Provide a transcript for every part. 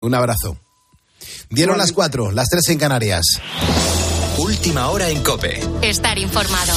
Un abrazo. Dieron las 4, las 3 en Canarias. Última hora en COPE. Estar informado.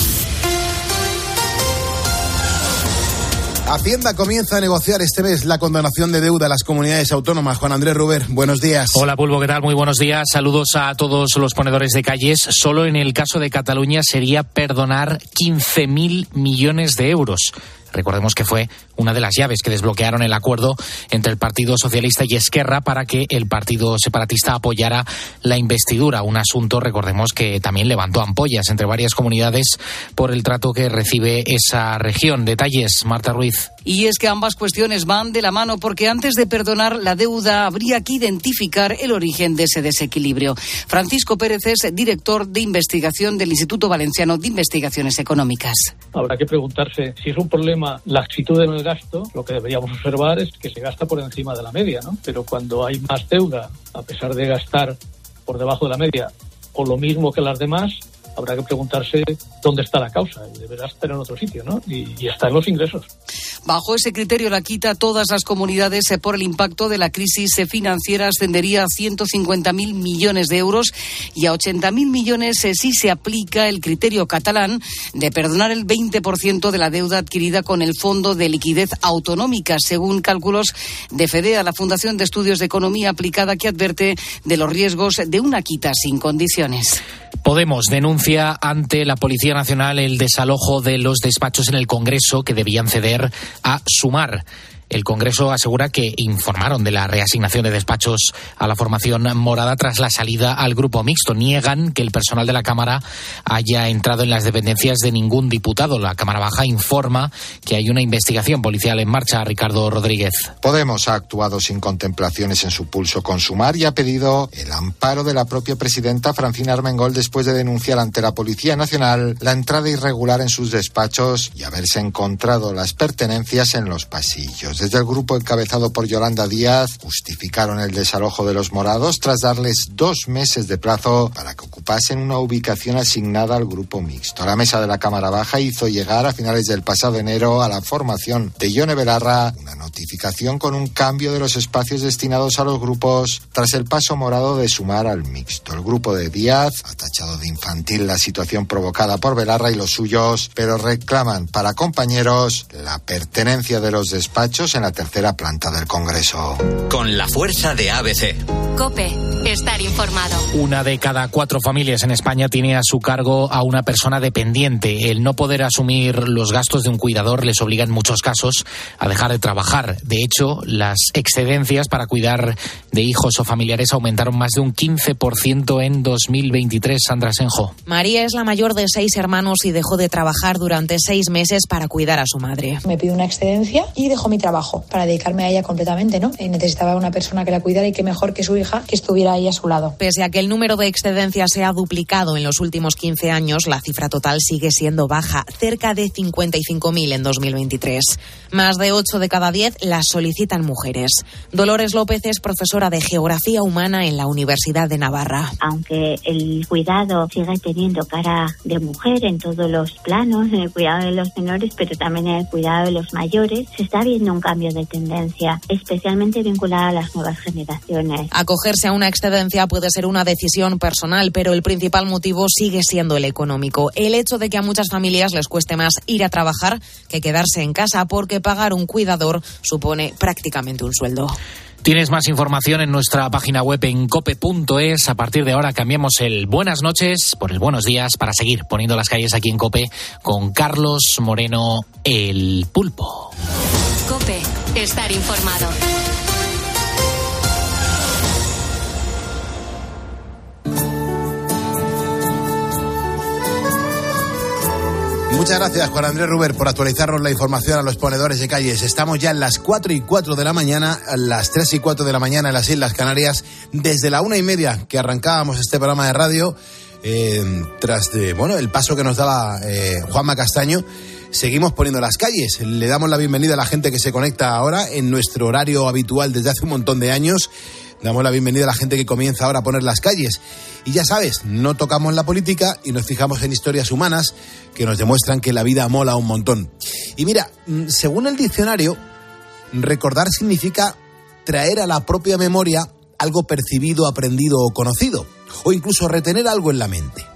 Hacienda comienza a negociar este mes la condonación de deuda a las comunidades autónomas. Juan Andrés Ruber, buenos días. Hola, Pulvo, ¿qué tal? Muy buenos días. Saludos a todos los ponedores de calles. Solo en el caso de Cataluña sería perdonar 15.000 millones de euros. Recordemos que fue una de las llaves que desbloquearon el acuerdo entre el Partido Socialista y Esquerra para que el Partido Separatista apoyara la investidura. Un asunto, recordemos, que también levantó ampollas entre varias comunidades por el trato que recibe esa región. Detalles, Marta Ruiz. Y es que ambas cuestiones van de la mano porque antes de perdonar la deuda habría que identificar el origen de ese desequilibrio. Francisco Pérez es director de investigación del Instituto Valenciano de Investigaciones Económicas. Habrá que preguntarse si es un problema laxitud en el gasto. Lo que deberíamos observar es que se gasta por encima de la media, ¿no? Pero cuando hay más deuda, a pesar de gastar por debajo de la media o lo mismo que las demás, habrá que preguntarse dónde está la causa. Y deberá estar en otro sitio, ¿no? Y está en los ingresos. Bajo ese criterio, la quita a todas las comunidades por el impacto de la crisis financiera ascendería a 150.000 millones de euros y a 80.000 millones si se aplica el criterio catalán de perdonar el 20% de la deuda adquirida con el Fondo de Liquidez Autonómica, según cálculos de FEDEA, la Fundación de Estudios de Economía Aplicada, que advierte de los riesgos de una quita sin condiciones. Podemos denuncia ante la Policía Nacional el desalojo de los despachos en el Congreso que debían ceder a Sumar. El Congreso asegura que informaron de la reasignación de despachos a la formación morada tras la salida al grupo mixto. Niegan que el personal de la Cámara haya entrado en las dependencias de ningún diputado. La Cámara Baja informa que hay una investigación policial en marcha. Ricardo Rodríguez. Podemos ha actuado sin contemplaciones en su pulso con Sumar y ha pedido el amparo de la propia presidenta Francina Armengol después de denunciar ante la Policía Nacional la entrada irregular en sus despachos y haberse encontrado las pertenencias en los pasillos. Desde el grupo encabezado por Yolanda Díaz justificaron el desalojo de los morados tras darles 2 meses de plazo para que ocupasen una ubicación asignada al grupo mixto. La mesa de la Cámara Baja hizo llegar a finales del pasado enero a la formación de Ione Belarra una notificación con un cambio de los espacios destinados a los grupos tras el paso morado de Sumar al mixto. El grupo de Díaz ha tachado de infantil la situación provocada por Belarra y los suyos, pero reclaman para compañeros la pertenencia de los despachos en la tercera planta del Congreso. Con la fuerza de ABC. COPE. Estar informado. 1 de cada 4 familias en España tiene a su cargo a una persona dependiente. El no poder asumir los gastos de un cuidador les obliga en muchos casos a dejar de trabajar. De hecho, las excedencias para cuidar de hijos o familiares aumentaron más de un 15% en 2023. Sandra Senjo. María es la mayor de 6 hermanos y dejó de trabajar durante 6 meses para cuidar a su madre. Me pidió una excedencia y dejó mi trabajo para dedicarme a ella completamente, ¿no? Necesitaba una persona que la cuidara y que mejor que su hija que estuviera ahí a su lado. Pese a que el número de excedencias se ha duplicado en los últimos 15 años, la cifra total sigue siendo baja, cerca de 55.000 en 2023. Más de 8 de cada 10 las solicitan mujeres. Dolores López es profesora de Geografía Humana en la Universidad de Navarra. Aunque el cuidado sigue teniendo cara de mujer en todos los planos, en el cuidado de los menores, pero también en el cuidado de los mayores, se está viendo un cambio de tendencia, especialmente vinculado a las nuevas generaciones. Acogerse a una excedencia puede ser una decisión personal, pero el principal motivo sigue siendo el económico. El hecho de que a muchas familias les cueste más ir a trabajar que quedarse en casa, porque pagar un cuidador supone prácticamente un sueldo. Tienes más información en nuestra página web en cope.es. A partir de ahora cambiamos el buenas noches por el buenos días para seguir poniendo las calles aquí en COPE con Carlos Moreno, el Pulpo. COPE. Estar informado. Muchas gracias, Juan Andrés Ruber, por actualizarnos la información a los ponedores de calles. Estamos ya en las 4:04 de la mañana, a las 3:04 de la mañana en las Islas Canarias, desde la 1:30 que arrancábamos este programa de radio, tras el paso que nos daba Juanma Castaño. Seguimos poniendo las calles. Le damos la bienvenida a la gente que se conecta ahora en nuestro horario habitual desde hace un montón de años. Damos la bienvenida a la gente que comienza ahora a poner las calles. Y ya sabes, no tocamos la política y nos fijamos en historias humanas que nos demuestran que la vida mola un montón. Y mira, según el diccionario, recordar significa traer a la propia memoria algo percibido, aprendido o conocido, o incluso retener algo en la mente.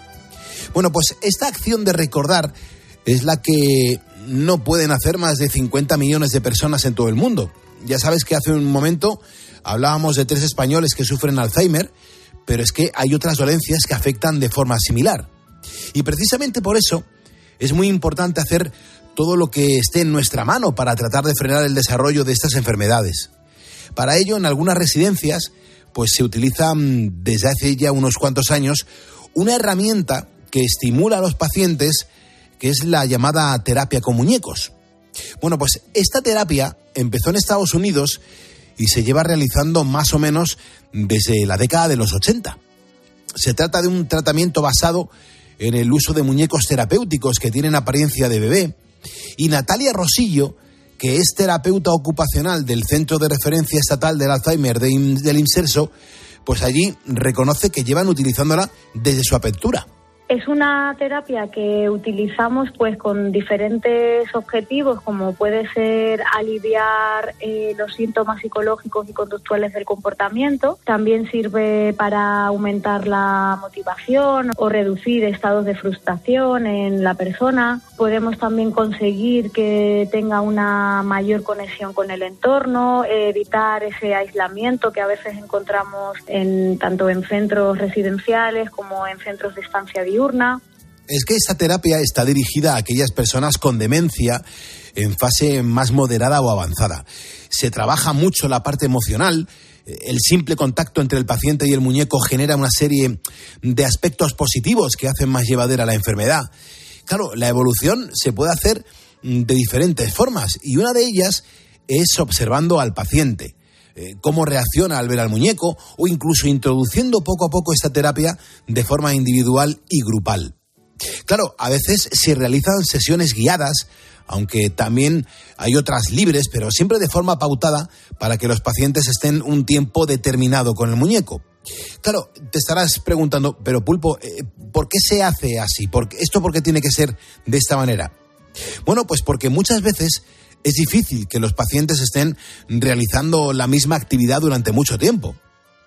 Bueno, pues esta acción de recordar es la que no pueden hacer más de 50 millones de personas en todo el mundo. Ya sabes que hace un momento hablábamos de 3 españoles que sufren Alzheimer, pero es que hay otras dolencias que afectan de forma similar. Y precisamente por eso es muy importante hacer todo lo que esté en nuestra mano para tratar de frenar el desarrollo de estas enfermedades. Para ello, en algunas residencias, pues se utiliza desde hace ya unos cuantos años una herramienta que estimula a los pacientes, que es la llamada terapia con muñecos. Bueno, pues esta terapia empezó en Estados Unidos y se lleva realizando más o menos desde la década de los 80. Se trata de un tratamiento basado en el uso de muñecos terapéuticos que tienen apariencia de bebé, y Natalia Rosillo, que es terapeuta ocupacional del Centro de Referencia Estatal del Alzheimer del IMSERSO, pues allí reconoce que llevan utilizándola desde su apertura. Es una terapia que utilizamos pues con diferentes objetivos, como puede ser aliviar los síntomas psicológicos y conductuales del comportamiento. También sirve para aumentar la motivación o reducir estados de frustración en la persona. Podemos también conseguir que tenga una mayor conexión con el entorno, evitar ese aislamiento que a veces encontramos tanto en centros residenciales como en centros de estancia diurna. Es que esta terapia está dirigida a aquellas personas con demencia en fase más moderada o avanzada. Se trabaja mucho la parte emocional. El simple contacto entre el paciente y el muñeco genera una serie de aspectos positivos que hacen más llevadera la enfermedad. Claro, la evolución se puede hacer de diferentes formas, y una de ellas es observando al paciente, cómo reacciona al ver al muñeco, o incluso introduciendo poco a poco esta terapia de forma individual y grupal. Claro, a veces se realizan sesiones guiadas, aunque también hay otras libres, pero siempre de forma pautada para que los pacientes estén un tiempo determinado con el muñeco. Claro, te estarás preguntando, pero Pulpo, ¿por qué se hace así? ¿Por qué tiene que ser de esta manera? Bueno, pues porque muchas veces es difícil que los pacientes estén realizando la misma actividad durante mucho tiempo.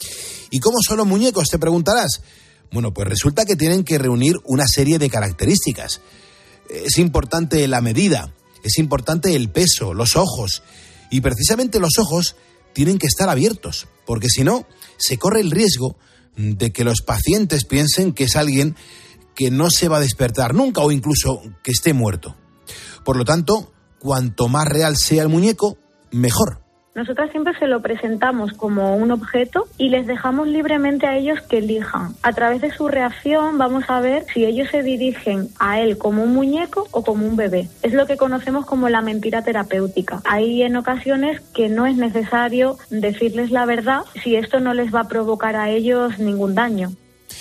¿Y cómo son los muñecos?, te preguntarás. Bueno, pues resulta que tienen que reunir una serie de características. Es importante la medida, es importante el peso, los ojos. Y precisamente los ojos tienen que estar abiertos, porque si no, se corre el riesgo de que los pacientes piensen que es alguien que no se va a despertar nunca, o incluso que esté muerto. Por lo tanto, cuanto más real sea el muñeco, mejor. Nosotras siempre se lo presentamos como un objeto y les dejamos libremente a ellos que elijan. A través de su reacción vamos a ver si ellos se dirigen a él como un muñeco o como un bebé. Es lo que conocemos como la mentira terapéutica. Hay en ocasiones que no es necesario decirles la verdad si esto no les va a provocar a ellos ningún daño.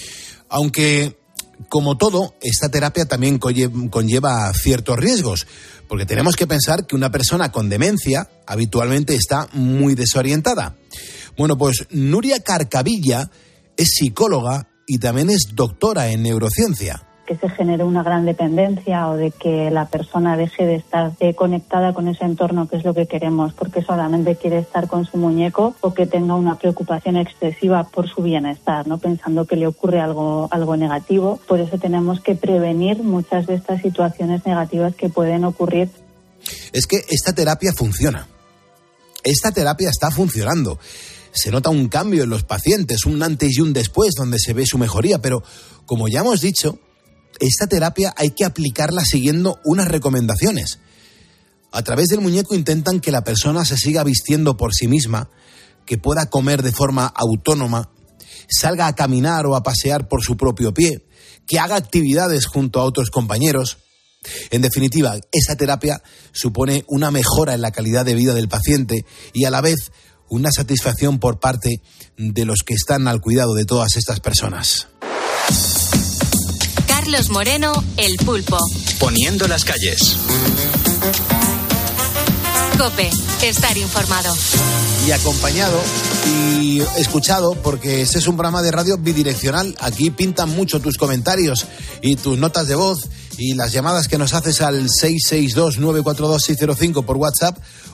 Aunque, como todo, esta terapia también conlleva ciertos riesgos, porque tenemos que pensar que una persona con demencia habitualmente está muy desorientada. Bueno, pues Nuria Carcavilla es psicóloga y también es doctora en neurociencia. Que se genere una gran dependencia o de que la persona deje de estar conectada con ese entorno, que es lo que queremos, porque solamente quiere estar con su muñeco, o que tenga una preocupación excesiva por su bienestar, ¿no? Pensando que le ocurre algo negativo. Por eso tenemos que prevenir muchas de estas situaciones negativas que pueden ocurrir. Es que esta terapia funciona. Esta terapia está funcionando. Se nota un cambio en los pacientes, un antes y un después, donde se ve su mejoría, pero como ya hemos dicho, esta terapia hay que aplicarla siguiendo unas recomendaciones. A través del muñeco intentan que la persona se siga vistiendo por sí misma, que pueda comer de forma autónoma, salga a caminar o a pasear por su propio pie, que haga actividades junto a otros compañeros. En definitiva, esta terapia supone una mejora en la calidad de vida del paciente y a la vez una satisfacción por parte de los que están al cuidado de todas estas personas. Carlos Moreno, El Pulpo. Poniendo las calles. COPE, estar informado. Y acompañado y escuchado, porque este es un programa de radio bidireccional. Aquí pintan mucho tus comentarios y tus notas de voz y las llamadas que nos haces al 662-942-605 por WhatsApp,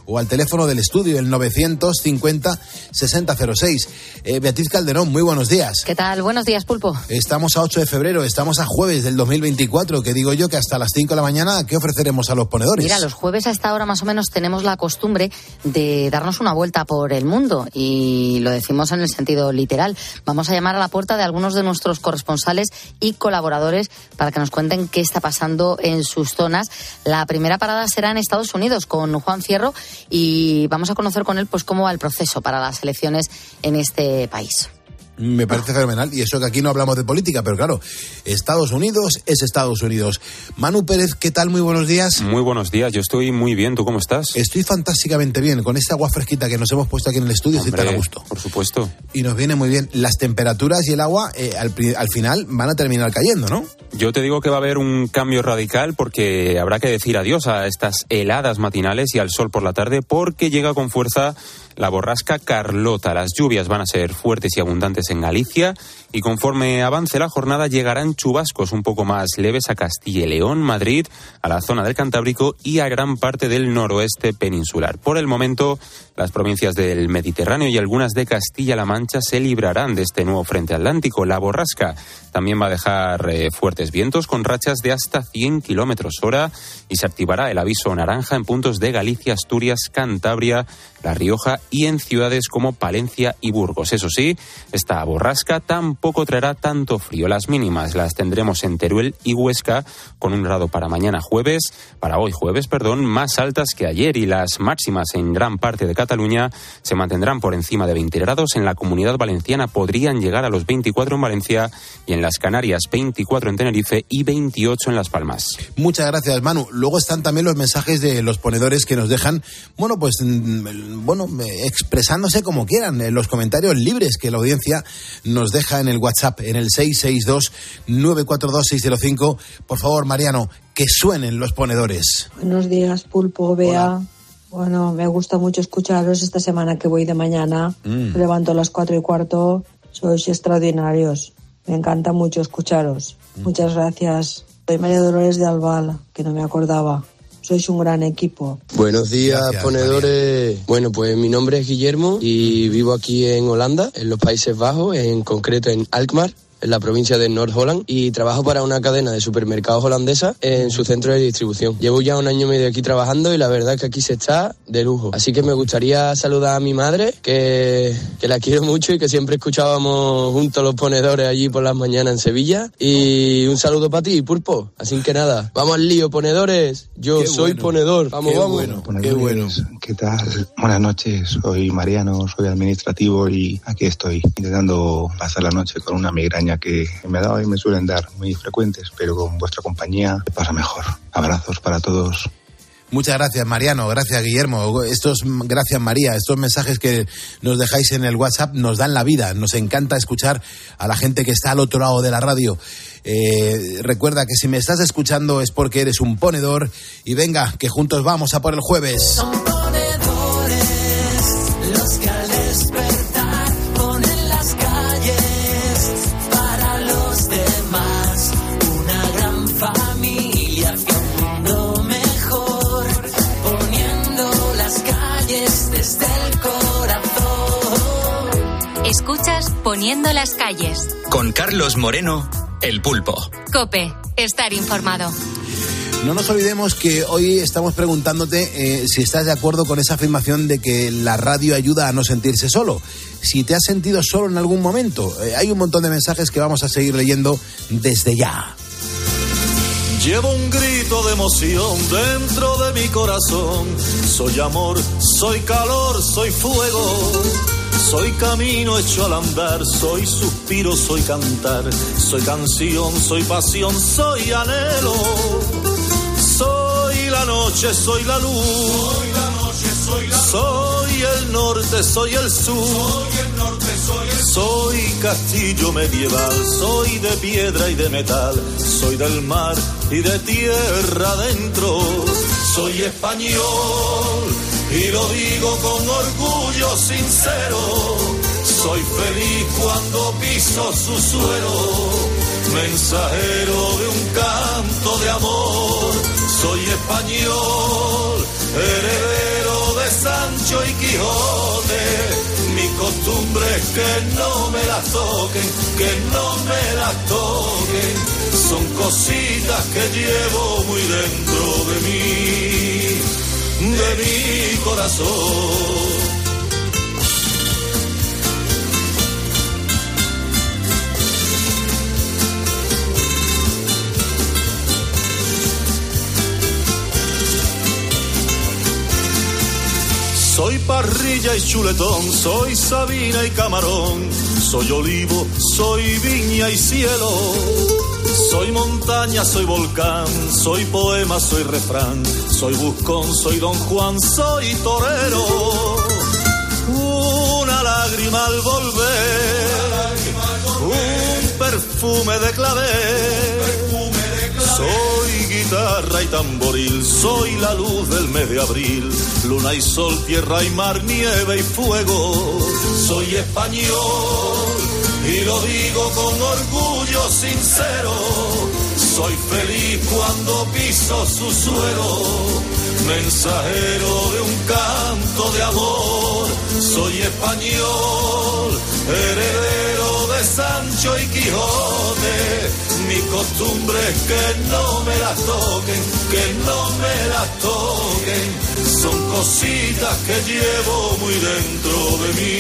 o al teléfono del estudio, el 950-6006. Beatriz Calderón, muy buenos días. ¿Qué tal? Buenos días, Pulpo. Estamos a 8 de febrero, estamos a jueves del 2024, que digo yo que hasta las 5 de la mañana, ¿qué ofreceremos a los ponedores? Mira, los jueves a esta hora más o menos tenemos la costumbre de darnos una vuelta por el mundo, y lo decimos en el sentido literal. Vamos a llamar a la puerta de algunos de nuestros corresponsales y colaboradores para que nos cuenten qué está pasando en sus zonas. La primera parada será en Estados Unidos con Juan Fierro, y vamos a conocer con él pues cómo va el proceso para las elecciones en este país. Me parece fenomenal, y eso que aquí no hablamos de política, pero claro, Estados Unidos es Estados Unidos. Manu Pérez, ¿qué tal? Muy buenos días. Muy buenos días, yo estoy muy bien, ¿tú cómo estás? Estoy fantásticamente bien, con esta agua fresquita que nos hemos puesto aquí en el estudio. Hombre, estoy tan a gusto. Por supuesto. Y nos viene muy bien. Las temperaturas y el agua al final van a terminar cayendo, ¿no? Yo te digo que va a haber un cambio radical, porque habrá que decir adiós a estas heladas matinales y al sol por la tarde, porque llega con fuerza la borrasca Carlota. Las lluvias van a ser fuertes y abundantes en Galicia, y conforme avance la jornada llegarán chubascos un poco más leves a Castilla y León, Madrid, a la zona del Cantábrico y a gran parte del noroeste peninsular. Por el momento, las provincias del Mediterráneo y algunas de Castilla-La Mancha se librarán de este nuevo frente atlántico. La borrasca también va a dejar fuertes vientos con rachas de hasta 100 kilómetros hora, y se activará el aviso naranja en puntos de Galicia, Asturias, Cantabria, La Rioja y en ciudades como Palencia y Burgos. Eso sí, esta borrasca tampoco traerá tanto frío. Las mínimas las tendremos en Teruel y Huesca, con 1 grado para hoy jueves, más altas que ayer, y las máximas en gran parte de Cataluña se mantendrán por encima de 20 grados. En la Comunidad Valenciana podrían llegar a los 24 en Valencia, y en las Canarias 24 en Tenerife y 28 en Las Palmas. Muchas gracias, Manu. Luego están también los mensajes de los ponedores que nos dejan, expresándose como quieran, los comentarios libres que la audiencia nos deja en el WhatsApp, en el 662-942-605. Por favor, Mariano, que suenen los ponedores. Buenos días, Pulpo, Bea. Hola. Bueno, me gusta mucho escucharos esta semana que voy de mañana. Me levanto a las 4:15. Sois extraordinarios. Me encanta mucho escucharos. Muchas gracias. Soy María Dolores de Albal, que no me acordaba. Sois un gran equipo. Buenos días, Gracias, ponedores. María. Bueno, pues mi nombre es Guillermo y vivo aquí en Holanda, en los Países Bajos, en concreto en Alkmaar, en la provincia de Noord-Holland, y trabajo para una cadena de supermercados holandesa en su centro de distribución. Llevo ya 1 año y medio aquí trabajando, y la verdad es que aquí se está de lujo. Así que me gustaría saludar a mi madre, que la quiero mucho y que siempre escuchábamos juntos los ponedores allí por las mañanas en Sevilla. Y un saludo para ti, Pulpo. Así que nada, vamos al lío, ponedores. Yo Qué soy bueno. ponedor. Vamos, Qué vamos. bueno. Qué bueno. ¿Qué tal? Buenas noches, soy Mariano, soy administrativo y aquí estoy intentando pasar la noche con una migraña que me ha dado y me suelen dar muy frecuentes, pero con vuestra compañía pasa mejor. Abrazos para todos. Muchas gracias, Mariano. Gracias, Guillermo. Gracias, María. Estos mensajes que nos dejáis en el WhatsApp nos dan la vida. Nos encanta escuchar a la gente que está al otro lado de la radio. Recuerda que si me estás escuchando es porque eres un ponedor. Y venga, que juntos vamos a por el jueves. Son ponedores los que al despertar ponen las calles para los demás. Una gran familia hacia un mundo mejor, poniendo las calles desde el corazón. Escuchas Poniendo las calles. Con Carlos Moreno, El Pulpo. COPE. Estar informado. No nos olvidemos que hoy estamos preguntándote si estás de acuerdo con esa afirmación de que la radio ayuda a no sentirse solo. Si te has sentido solo en algún momento. Hay un montón de mensajes que vamos a seguir leyendo desde ya. Llevo un grito de emoción dentro de mi corazón. Soy amor, soy calor, soy fuego. Soy camino hecho al andar, soy suspiro, soy cantar. Soy canción, soy pasión, soy anhelo. Soy la noche, soy la luz. Soy la noche, soy la luz. Soy el norte, soy el sur. Soy el norte, soy el sur. Soy castillo medieval, soy de piedra y de metal. Soy del mar y de tierra adentro. Soy español y lo digo con orgullo sincero. Soy feliz cuando piso su suelo. Mensajero de un canto de amor. Soy español, heredero de Sancho y Quijote. Mi costumbre es que no me las toquen, que no me las toquen. Son cositas que llevo muy dentro de mi corazón. Soy parrilla y chuletón, soy sabina y camarón, soy olivo, soy viña y cielo, soy montaña, soy volcán, soy poema, soy refrán, soy buscón, soy don Juan, soy torero. Una lágrima al volver, un perfume de clavel. Soy guitarra y tamboril, soy la luz del mes de abril, luna y sol, tierra y mar, nieve y fuego. Soy español y lo digo con orgullo sincero. Soy feliz cuando piso su suelo, mensajero de un canto de amor. Soy español, heredero de Sancho y Quijote. Mi costumbre es que no me las toquen, que no me las toquen. Son cositas que llevo muy dentro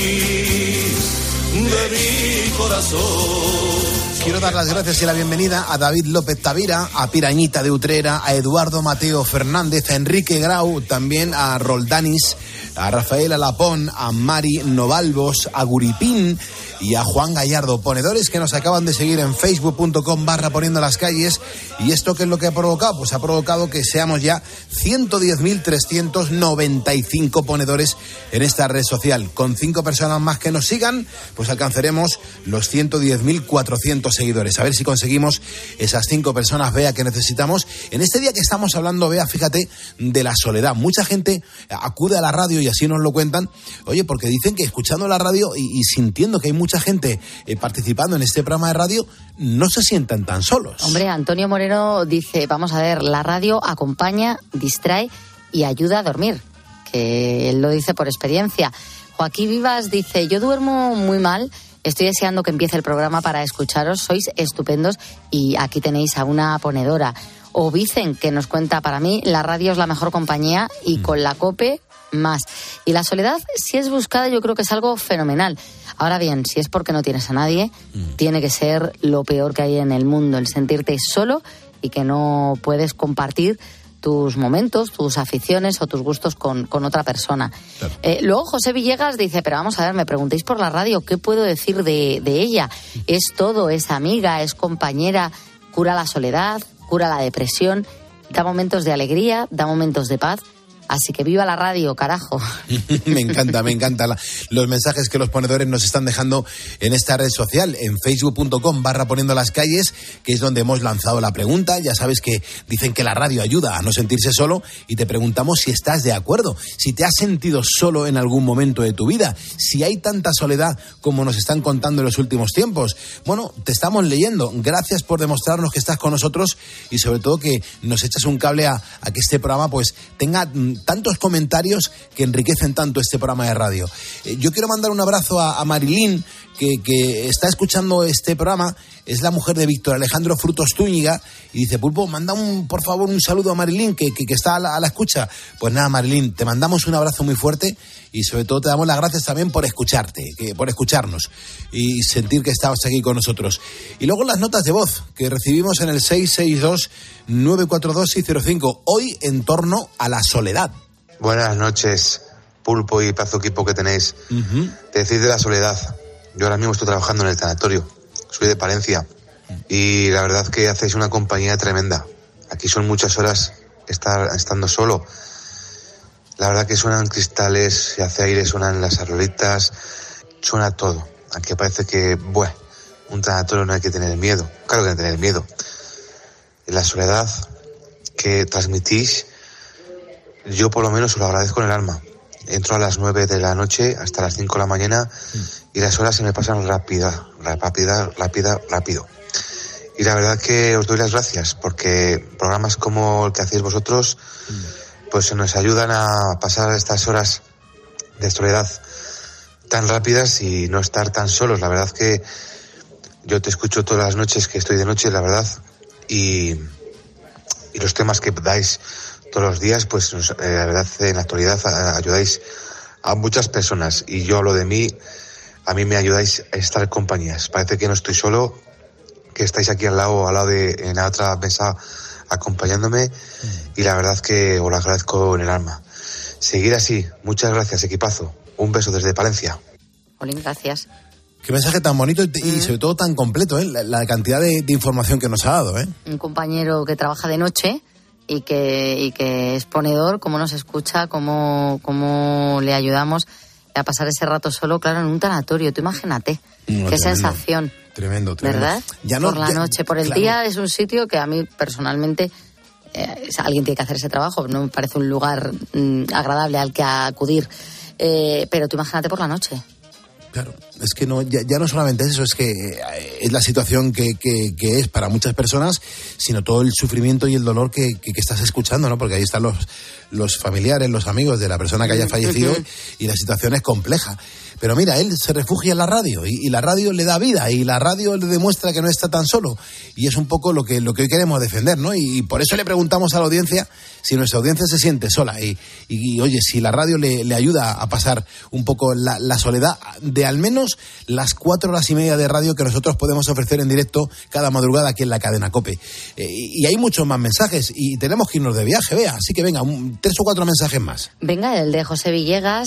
de mi corazón. Quiero dar las gracias y la bienvenida a David López Tavira, a Pirañita de Utrera, a Eduardo Mateo Fernández, a Enrique Grau, también a Roldanis, a Rafael Alapón, a Mari Novalvos, a Guripín y a Juan Gallardo, ponedores que nos acaban de seguir en facebook.com/poniendo las calles. ¿Y esto qué es lo que ha provocado? Pues ha provocado que seamos ya 110.395 ponedores en esta red social. Con 5 personas más que nos sigan, pues alcanzaremos los 110.400 seguidores. A ver si conseguimos esas 5 personas, Bea, que necesitamos. En este día que estamos hablando, Bea, fíjate, de la soledad. Mucha gente acude a la radio y así nos lo cuentan. Oye, porque dicen que escuchando la radio y sintiendo que hay mucha gente participando en este programa de radio, no se sientan tan solos. Hombre, Antonio Moreno dice, vamos a ver, la radio acompaña, distrae y ayuda a dormir, que él lo dice por experiencia. Joaquín Vivas dice, yo duermo muy mal, estoy deseando que empiece el programa para escucharos, sois estupendos y aquí tenéis a una ponedora. O Vicen, que nos cuenta, para mí la radio es la mejor compañía y con la COPE más. Y la soledad, si es buscada, yo creo que es algo fenomenal. Ahora bien, si es porque no tienes a nadie, tiene que ser lo peor que hay en el mundo, el sentirte solo y que no puedes compartir tus momentos, tus aficiones o tus gustos con otra persona. Claro. Luego José Villegas dice, pero vamos a ver, me preguntéis por la radio, ¿qué puedo decir de ella? Es todo, es amiga, es compañera, cura la soledad, cura la depresión, da momentos de alegría, da momentos de paz. Así que viva la radio, carajo. Me encanta los mensajes que los ponedores nos están dejando en esta red social, en facebook.com/poniendo las calles, que es donde hemos lanzado la pregunta. Ya sabes que dicen que la radio ayuda a no sentirse solo y te preguntamos si estás de acuerdo, si te has sentido solo en algún momento de tu vida, si hay tanta soledad como nos están contando en los últimos tiempos. Bueno, te estamos leyendo. Gracias por demostrarnos que estás con nosotros y sobre todo que nos echas un cable a que este programa pues tenga tantos comentarios que enriquecen tanto este programa de radio. Yo quiero mandar un abrazo a Marilyn, que está escuchando este programa. Es la mujer de Víctor Alejandro Frutos Zúñiga y dice, Pulpo, manda por favor un saludo a Marilyn que está a la escucha. Pues nada, Marilyn, te mandamos un abrazo muy fuerte y sobre todo te damos las gracias también por por escucharnos y sentir que estabas aquí con nosotros. Y luego las notas de voz que recibimos en el 662-942-605, hoy en torno a la soledad. Buenas noches, Pulpo y pedazo equipo que tenéis. Decís de la soledad. Yo ahora mismo estoy trabajando en el tanatorio. Soy de Palencia y la verdad que hacéis una compañía tremenda. Aquí son muchas horas estando solo. La verdad que suenan cristales, se hace aire, suenan las arrolitas, suena todo. Aquí parece que, un tanatorio no hay que tener miedo. Claro que hay que tener miedo. La soledad que transmitís, yo por lo menos os lo agradezco en el alma. Entro a las 9 de la noche hasta las 5 de la mañana y las horas se me pasan rápido. Y la verdad que os doy las gracias porque programas como el que hacéis vosotros pues nos ayudan a pasar estas horas soledad tan rápidas y no estar tan solos. La verdad que yo te escucho todas las noches que estoy de noche, la verdad, y los temas que dais todos los días, pues la verdad en la actualidad ayudáis a muchas personas, y yo hablo de mí, a mí me ayudáis a estar en compañías. Parece que no estoy solo, que estáis aquí al lado en la otra mesa acompañándome, y la verdad que os lo agradezco en el alma. Seguir así. Muchas gracias, equipazo. Un beso desde Palencia. Olin, gracias. Qué mensaje tan bonito y sobre todo tan completo, ¿eh? La cantidad de información que nos ha dado, ¿eh? Un compañero que trabaja de noche y que es ponedor, cómo nos escucha, cómo le ayudamos a pasar ese rato solo, claro, en un tanatorio. Tú imagínate, qué sensación. Tremendo. ¿Verdad? Por la noche, por el día es un sitio que a mí personalmente, alguien tiene que hacer ese trabajo, no me parece un lugar agradable al que acudir, pero tú imagínate por la noche. Claro, es que no, ya no solamente eso, es que es la situación que es para muchas personas, sino todo el sufrimiento y el dolor que estás escuchando, ¿no? Porque ahí están los familiares, los amigos de la persona que haya fallecido, y la situación es compleja. Pero mira, él se refugia en la radio y la radio le da vida y la radio le demuestra que no está tan solo, y es un poco lo que hoy queremos defender, ¿no? Y por eso le preguntamos a la audiencia si nuestra audiencia se siente sola y oye, si la radio le ayuda a pasar un poco la soledad de al menos las 4 horas y media de radio que nosotros podemos ofrecer en directo cada madrugada aquí en la cadena COPE. Y hay muchos más mensajes y tenemos que irnos de viaje, vea, así que venga, 3 o 4 mensajes más. Venga, el de José Villegas,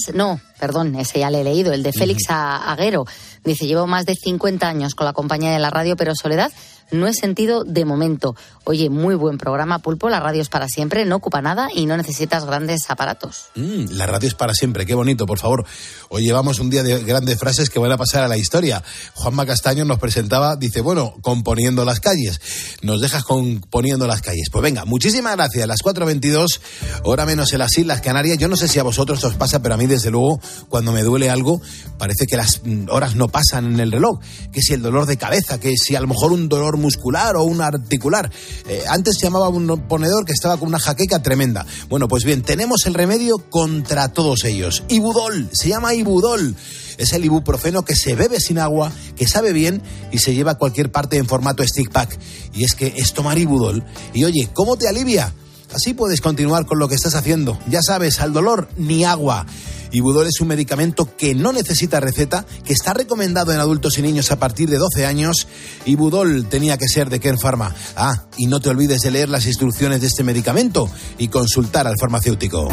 ese ya le he leído, el de Félix Aguero. Dice, llevo más de 50 años con la compañía de la radio, pero soledad no he sentido de momento. Oye, muy buen programa, Pulpo, la radio es para siempre, no ocupa nada y no necesitas grandes aparatos. La radio es para siempre, qué bonito, por favor. Hoy llevamos un día de grandes frases que van a pasar a la historia. Juanma Castaño nos presentaba, dice, componiendo las calles. Nos dejas componiendo las calles. Pues venga, muchísimas gracias. Las 4:22, hora menos en las Islas Canarias. Yo no sé si a vosotros os pasa, pero a mí desde luego, cuando me duele algo, parece que las horas no pasan en el reloj. Que si el dolor de cabeza, que si a lo mejor un dolor muscular o un articular. Antes se llamaba un ponedor que estaba con una jaqueca tremenda. Bueno, pues bien, tenemos el remedio contra todos ellos. Ibudol, se llama Ibudol. Es el ibuprofeno que se bebe sin agua, que sabe bien y se lleva a cualquier parte en formato stick pack. Y es que es tomar Ibudol. Y oye, ¿cómo te alivia? Así puedes continuar con lo que estás haciendo. Ya sabes, al dolor ni agua. Ibudol es un medicamento que no necesita receta, que está recomendado en adultos y niños a partir de 12 años. Ibudol tenía que ser de Kern Pharma. Y no te olvides de leer las instrucciones de este medicamento y consultar al farmacéutico.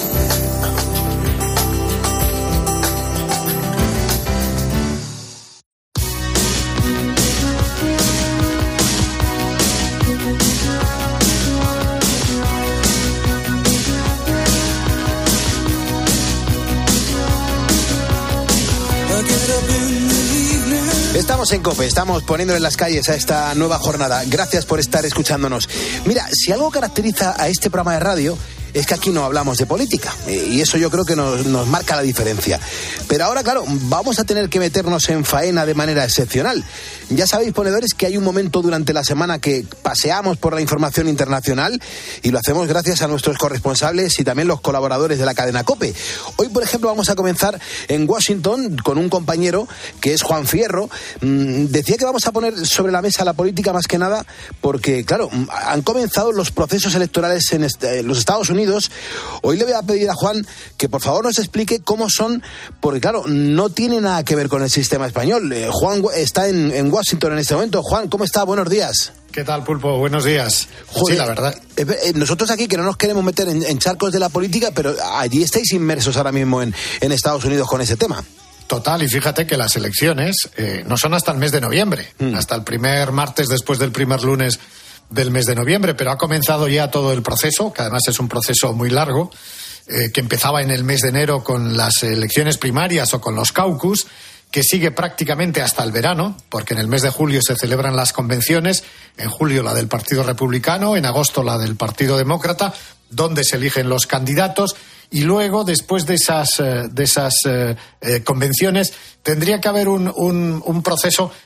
Estamos en COPE, estamos poniendo en las calles a esta nueva jornada. Gracias por estar escuchándonos. Mira, si algo caracteriza a este programa de radio es que aquí no hablamos de política, y eso yo creo que nos marca la diferencia. Pero ahora, claro, vamos a tener que meternos en faena de manera excepcional. Ya sabéis, ponedores, que hay un momento durante la semana que paseamos por la información internacional y lo hacemos gracias a nuestros corresponsables y también los colaboradores de la cadena COPE. Hoy, por ejemplo, vamos a comenzar en Washington con un compañero que es Juan Fierro. Decía que vamos a poner sobre la mesa la política más que nada porque, claro, han comenzado los procesos electorales en los Estados Unidos. Hoy le voy a pedir a Juan que por favor nos explique cómo son, porque claro, no tiene nada que ver con el sistema español. Juan está en Washington en este momento. Juan, ¿cómo está? Buenos días. ¿Qué tal, Pulpo? Buenos días. Joder, sí, la verdad. Nosotros aquí que no nos queremos meter en charcos de la política, pero allí estáis inmersos ahora mismo en Estados Unidos con ese tema. Total, y fíjate que las elecciones no son hasta el mes de noviembre, hasta el primer martes después del primer lunes del mes de noviembre, pero ha comenzado ya todo el proceso, que además es un proceso muy largo, que empezaba en el mes de enero con las elecciones primarias o con los caucus, que sigue prácticamente hasta el verano, porque en el mes de julio se celebran las convenciones, en julio la del Partido Republicano, en agosto la del Partido Demócrata, donde se eligen los candidatos, y luego, después de esas convenciones, tendría que haber un proceso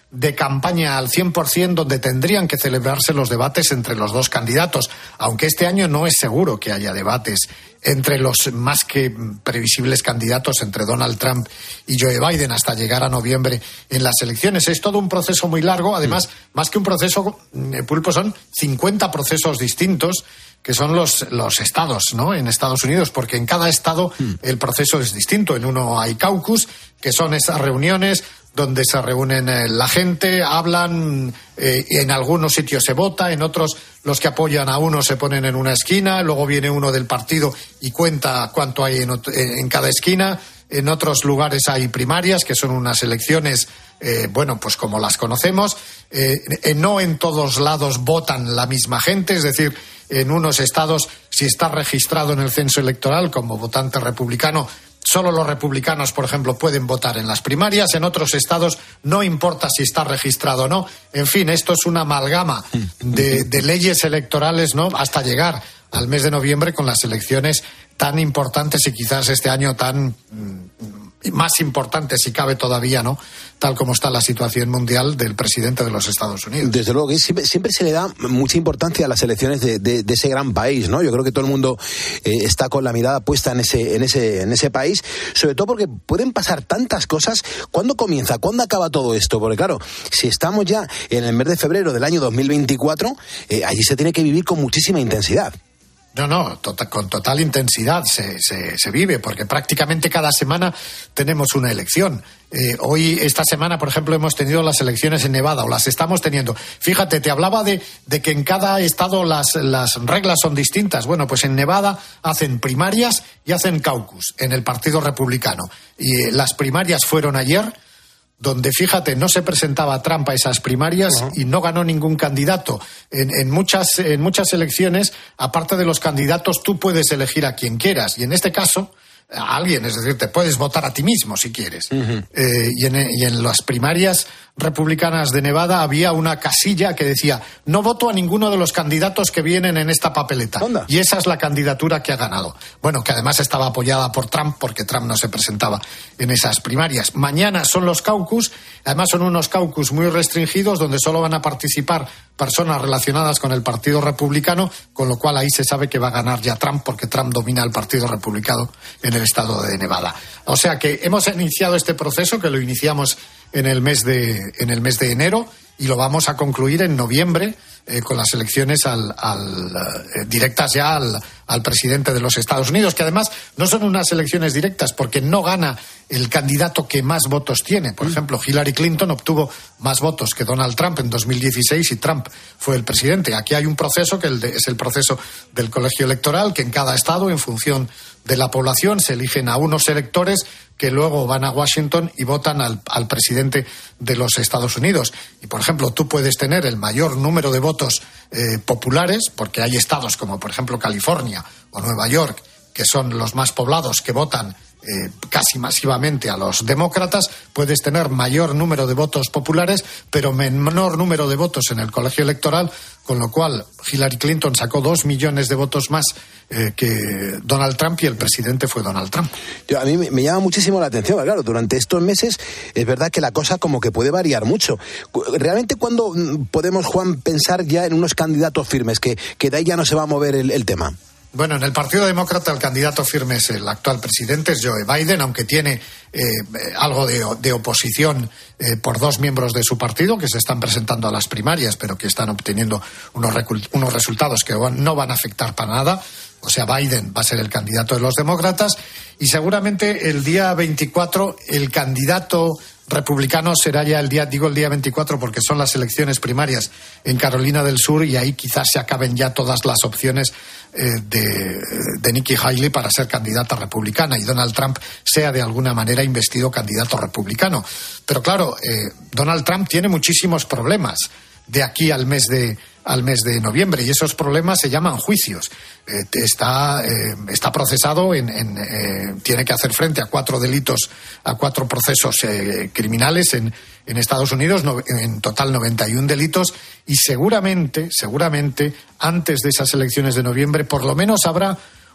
de campaña al 100%, donde tendrían que celebrarse los debates entre los dos candidatos, aunque este año no es seguro que haya debates entre los más que previsibles candidatos, entre Donald Trump y Joe Biden, hasta llegar a noviembre en las elecciones. Es todo un proceso muy largo, además, más que un proceso, Pulpo, son 50 procesos distintos, que son los estados, ¿no?, en Estados Unidos, porque en cada estado el proceso es distinto. En uno hay caucus, que son esas reuniones donde se reúnen la gente, hablan, y en algunos sitios se vota, en otros los que apoyan a uno se ponen en una esquina, luego viene uno del partido y cuenta cuánto hay en cada esquina. En otros lugares hay primarias, que son unas elecciones, pues como las conocemos. No en todos lados votan la misma gente, es decir, en unos estados, si está registrado en el censo electoral como votante republicano, solo los republicanos, por ejemplo, pueden votar en las primarias. En otros estados no importa si está registrado o no. En fin, esto es una amalgama de leyes electorales, ¿no?, hasta llegar al mes de noviembre con las elecciones tan importantes y quizás este año tan más importantes, si cabe todavía, ¿no?, tal como está la situación mundial del presidente de los Estados Unidos. Desde luego que siempre se le da mucha importancia a las elecciones de ese gran país, ¿no? Yo creo que todo el mundo está con la mirada puesta en ese país, sobre todo porque pueden pasar tantas cosas. ¿Cuándo comienza? ¿Cuándo acaba todo esto? Porque claro, si estamos ya en el mes de febrero del año 2024, allí se tiene que vivir con muchísima intensidad. No, con total intensidad se vive, porque prácticamente cada semana tenemos una elección. Esta semana, por ejemplo, hemos tenido las elecciones en Nevada, o las estamos teniendo. Fíjate, te hablaba de que en cada estado las reglas son distintas. Bueno, pues en Nevada hacen primarias y hacen caucus en el Partido Republicano. Y las primarias fueron ayer, donde, fíjate, no se presentaba Trump a esas primarias y no ganó ningún candidato. En muchas elecciones, aparte de los candidatos, tú puedes elegir a quien quieras. Y en este caso, a alguien, es decir, te puedes votar a ti mismo si quieres. Y en las primarias republicanas de Nevada había una casilla que decía: no voto a ninguno de los candidatos que vienen en esta papeleta. ¿Onda? Y esa es la candidatura que ha ganado. Bueno, que además estaba apoyada por Trump, porque Trump no se presentaba en esas primarias. Mañana son los caucus, además son unos caucus muy restringidos, donde solo van a participar personas relacionadas con el Partido Republicano, con lo cual ahí se sabe que va a ganar ya Trump, porque Trump domina el Partido Republicano en el estado de Nevada. O sea que hemos iniciado este proceso, que lo iniciamos en el mes de enero, y lo vamos a concluir en noviembre, con las elecciones directas ya al presidente de los Estados Unidos, que además no son unas elecciones directas porque no gana el candidato que más votos tiene. Por ejemplo, Hillary Clinton obtuvo más votos que Donald Trump en 2016 y Trump fue el presidente. Aquí hay un proceso que es el proceso del colegio electoral, que en cada estado, en función de la población, se eligen a unos electores que luego van a Washington y votan al presidente de los Estados Unidos. Y, por ejemplo, tú puedes tener el mayor número de votos populares, porque hay estados como, por ejemplo, California o Nueva York, que son los más poblados, que votan casi masivamente a los demócratas. Puedes tener mayor número de votos populares, pero menor número de votos en el colegio electoral, con lo cual Hillary Clinton sacó 2 millones de votos más que Donald Trump, y el presidente fue Donald Trump. A mí me llama muchísimo la atención, claro, durante estos meses es verdad que la cosa como que puede variar mucho. ¿Realmente cuándo podemos, Juan, pensar ya en unos candidatos firmes, que de ahí ya no se va a mover el tema? Bueno, en el Partido Demócrata el candidato firme es el actual presidente, es Joe Biden, aunque tiene algo de oposición por 2 miembros de su partido que se están presentando a las primarias, pero que están obteniendo unos resultados que no van a afectar para nada. O sea, Biden va a ser el candidato de los demócratas, y seguramente el día 24 el candidato republicano será ya el día 24 porque son las elecciones primarias en Carolina del Sur, y ahí quizás se acaben ya todas las opciones de Nikki Haley para ser candidata republicana, y Donald Trump sea de alguna manera investido candidato republicano. Pero claro, Donald Trump tiene muchísimos problemas de aquí al mes de noviembre, y esos problemas se llaman juicios. Está procesado, tiene que hacer frente a 4 delitos, a 4 procesos criminales en Estados Unidos, en total 91 delitos, y seguramente antes de esas elecciones de noviembre por lo menos habrá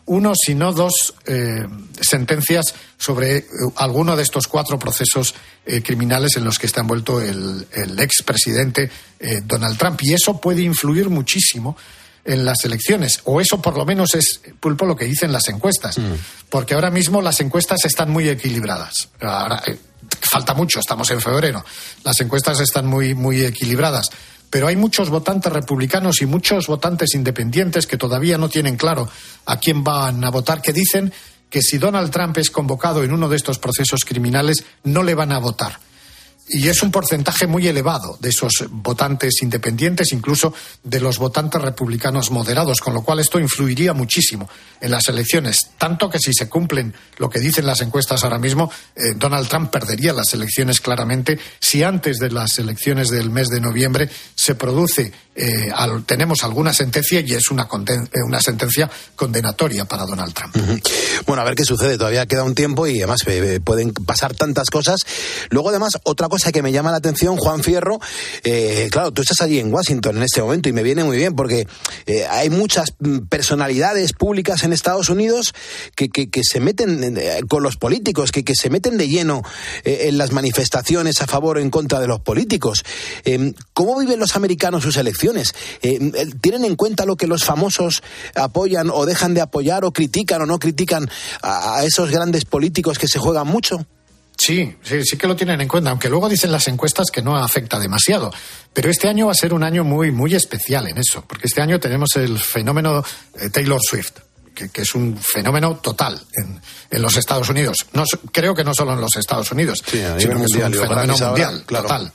uno, si no dos, sentencias sobre alguno de estos 4 procesos criminales en los que está envuelto el expresidente Donald Trump. Y eso puede influir muchísimo en las elecciones, o eso por lo menos es, Pulpo, lo que dicen las encuestas, porque ahora mismo las encuestas están muy equilibradas. Ahora, falta mucho, estamos en febrero, las encuestas están muy, muy equilibradas, pero hay muchos votantes republicanos y muchos votantes independientes que todavía no tienen claro a quién van a votar, que dicen que si Donald Trump es convocado en uno de estos procesos criminales, no le van a votar. Y es un porcentaje muy elevado de esos votantes independientes, incluso de los votantes republicanos moderados, con lo cual esto influiría muchísimo en las elecciones. Tanto que si se cumplen lo que dicen las encuestas ahora mismo, Donald Trump perdería las elecciones claramente si antes de las elecciones del mes de noviembre se produce, tenemos alguna sentencia y es una sentencia condenatoria para Donald Trump. Bueno, a ver qué sucede. Todavía queda un tiempo y además pueden pasar tantas cosas. Luego, además, otra cosa que me llama la atención, Juan Fierro, claro, tú estás allí en Washington en este momento y me viene muy bien porque hay muchas personalidades públicas en Estados Unidos que se meten con los políticos, que se meten de lleno en las manifestaciones a favor o en contra de los políticos. ¿Cómo viven los americanos sus elecciones? ¿Tienen en cuenta lo que los famosos apoyan o dejan de apoyar o critican o no critican a esos grandes políticos que se juegan mucho? Sí que lo tienen en cuenta, aunque luego dicen las encuestas que no afecta demasiado. Pero este año va a ser un año muy, muy especial en eso, porque este año tenemos el fenómeno Taylor Swift, que es un fenómeno total en los Estados Unidos. Creo que no solo en los Estados Unidos, sino que es un fenómeno mundial, claro. Total.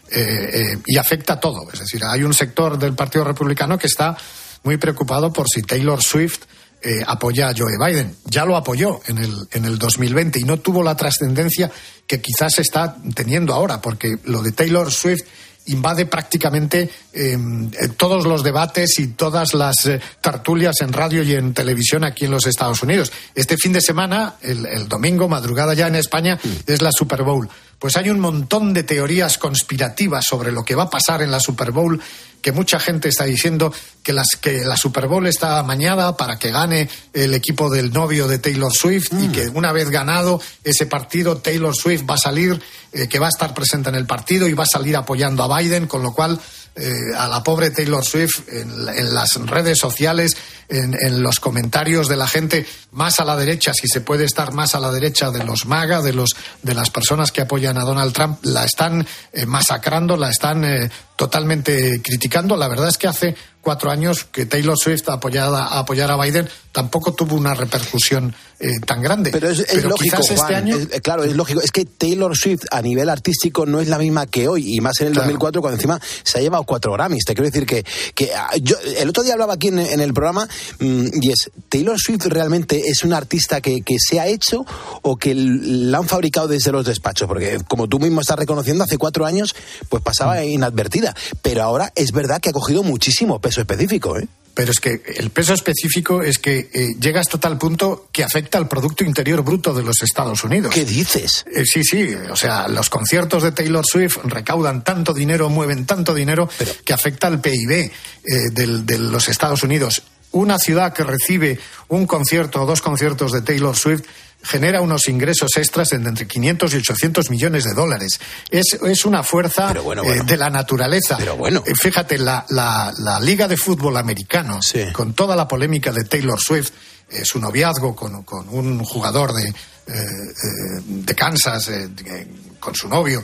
Y afecta a todo. Es decir, hay un sector del Partido Republicano que está muy preocupado por si Taylor Swift apoya a Joe Biden. Ya lo apoyó en el 2020 y no tuvo la trascendencia que quizás está teniendo ahora, porque lo de Taylor Swift invade prácticamente todos los debates y todas las tertulias en radio y en televisión aquí en los Estados Unidos. Este fin de semana, el domingo, madrugada ya en España, es la Super Bowl. Pues hay un montón de teorías conspirativas sobre lo que va a pasar en la Super Bowl, que mucha gente está diciendo que la Super Bowl está amañada para que gane el equipo del novio de Taylor Swift y que una vez ganado ese partido, Taylor Swift va a salir, que va a estar presente en el partido y va a salir apoyando a Biden, con lo cual a la pobre Taylor Swift en las redes sociales, en los comentarios de la gente más a la derecha, si se puede estar más a la derecha de los MAGA, de las personas que apoyan a Donald Trump, la están masacrando, la están totalmente criticando. La verdad es que hace 4 años que Taylor Swift apoyara a Biden tampoco tuvo una repercusión tan grande. Pero es lógico, quizás este Juan, año... claro, es lógico. Es que Taylor Swift a nivel artístico no es la misma que hoy, y más en el 2004, cuando encima se ha llevado 4 Grammys. Te quiero decir que yo el otro día hablaba aquí en el programa y es, ¿Taylor Swift realmente es una artista que se ha hecho o que la han fabricado desde los despachos? Porque como tú mismo estás reconociendo, hace 4 años pues pasaba inadvertida, pero ahora es verdad que ha cogido muchísimo peso específico, ¿eh? Pero es que el peso específico es que llega hasta tal punto que afecta al Producto Interior Bruto de los Estados Unidos. ¿Qué dices? Sí. O sea, los conciertos de Taylor Swift recaudan tanto dinero, mueven tanto dinero, que afecta al PIB de los Estados Unidos. Una ciudad que recibe un concierto o 2 conciertos de Taylor Swift genera unos ingresos extras de entre 500 y 800 millones de dólares. Es una fuerza de la naturaleza. Pero bueno. Fíjate, la Liga de Fútbol Americano, con toda la polémica de Taylor Swift, su noviazgo con un jugador de Kansas, con su novio,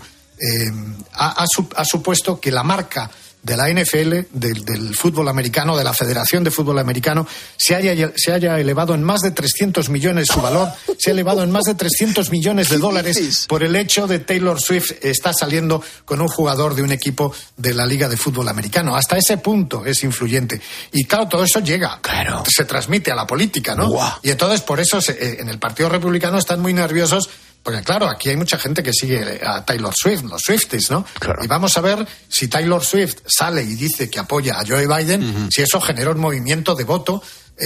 ha supuesto que la marca de la NFL, del fútbol americano, de la Federación de Fútbol Americano, se haya elevado en más de 300 millones su valor, se ha elevado en más de 300 millones de dólares por el hecho de Taylor Swift está saliendo con un jugador de un equipo de la Liga de Fútbol Americano. Hasta ese punto es influyente. Y claro, todo eso llega, se transmite a la política, ¿no? Wow. Y entonces por eso en el Partido Republicano están muy nerviosos. Porque claro, aquí hay mucha gente que sigue a Taylor Swift, los Swifties, ¿no? Claro. Y vamos a ver si Taylor Swift sale y dice que apoya a Joe Biden, si eso genera un movimiento de voto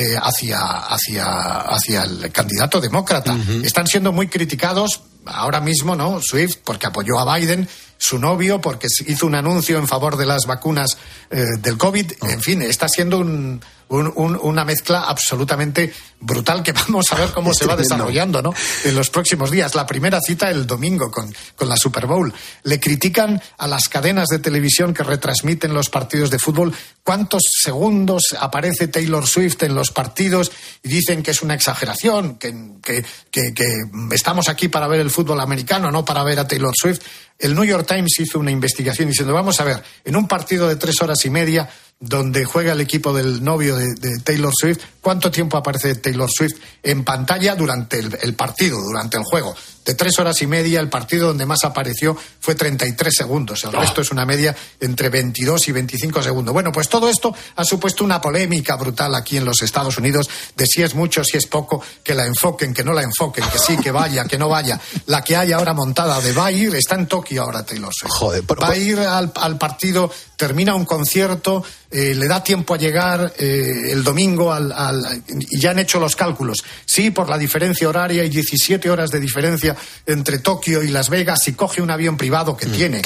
hacia el candidato demócrata. Están siendo muy criticados ahora mismo, ¿no? Swift, porque apoyó a Biden, su novio, porque hizo un anuncio en favor de las vacunas del COVID. En fin, está siendo una mezcla absolutamente brutal que vamos a ver cómo se va desarrollando, ¿no?, en los próximos días. La primera cita el domingo con la Super Bowl. Le critican a las cadenas de televisión que retransmiten los partidos de fútbol cuántos segundos aparece Taylor Swift en los partidos y dicen que es una exageración, que estamos aquí para ver el fútbol americano, no para ver a Taylor Swift. El New York Times hizo una investigación diciendo, vamos a ver, en un partido de 3 horas y media donde juega el equipo del novio de Taylor Swift, ¿cuánto tiempo aparece Taylor Swift en pantalla durante el partido, durante el juego? De 3 horas y media, el partido donde más apareció fue 33 segundos. El resto es una media entre 22 y 25 segundos. Bueno, pues todo esto ha supuesto una polémica brutal aquí en los Estados Unidos de si es mucho, si es poco, que la enfoquen, que no la enfoquen, que sí, que vaya, que no vaya. La que hay ahora montada de va a ir, está en Tokio ahora Taylor Swift. Joder, va a ir al partido, termina un concierto, le da tiempo a llegar el domingo y ya han hecho los cálculos. Sí, por la diferencia horaria, hay 17 horas de diferencia entre Tokio y Las Vegas. Si coge un avión privado que tiene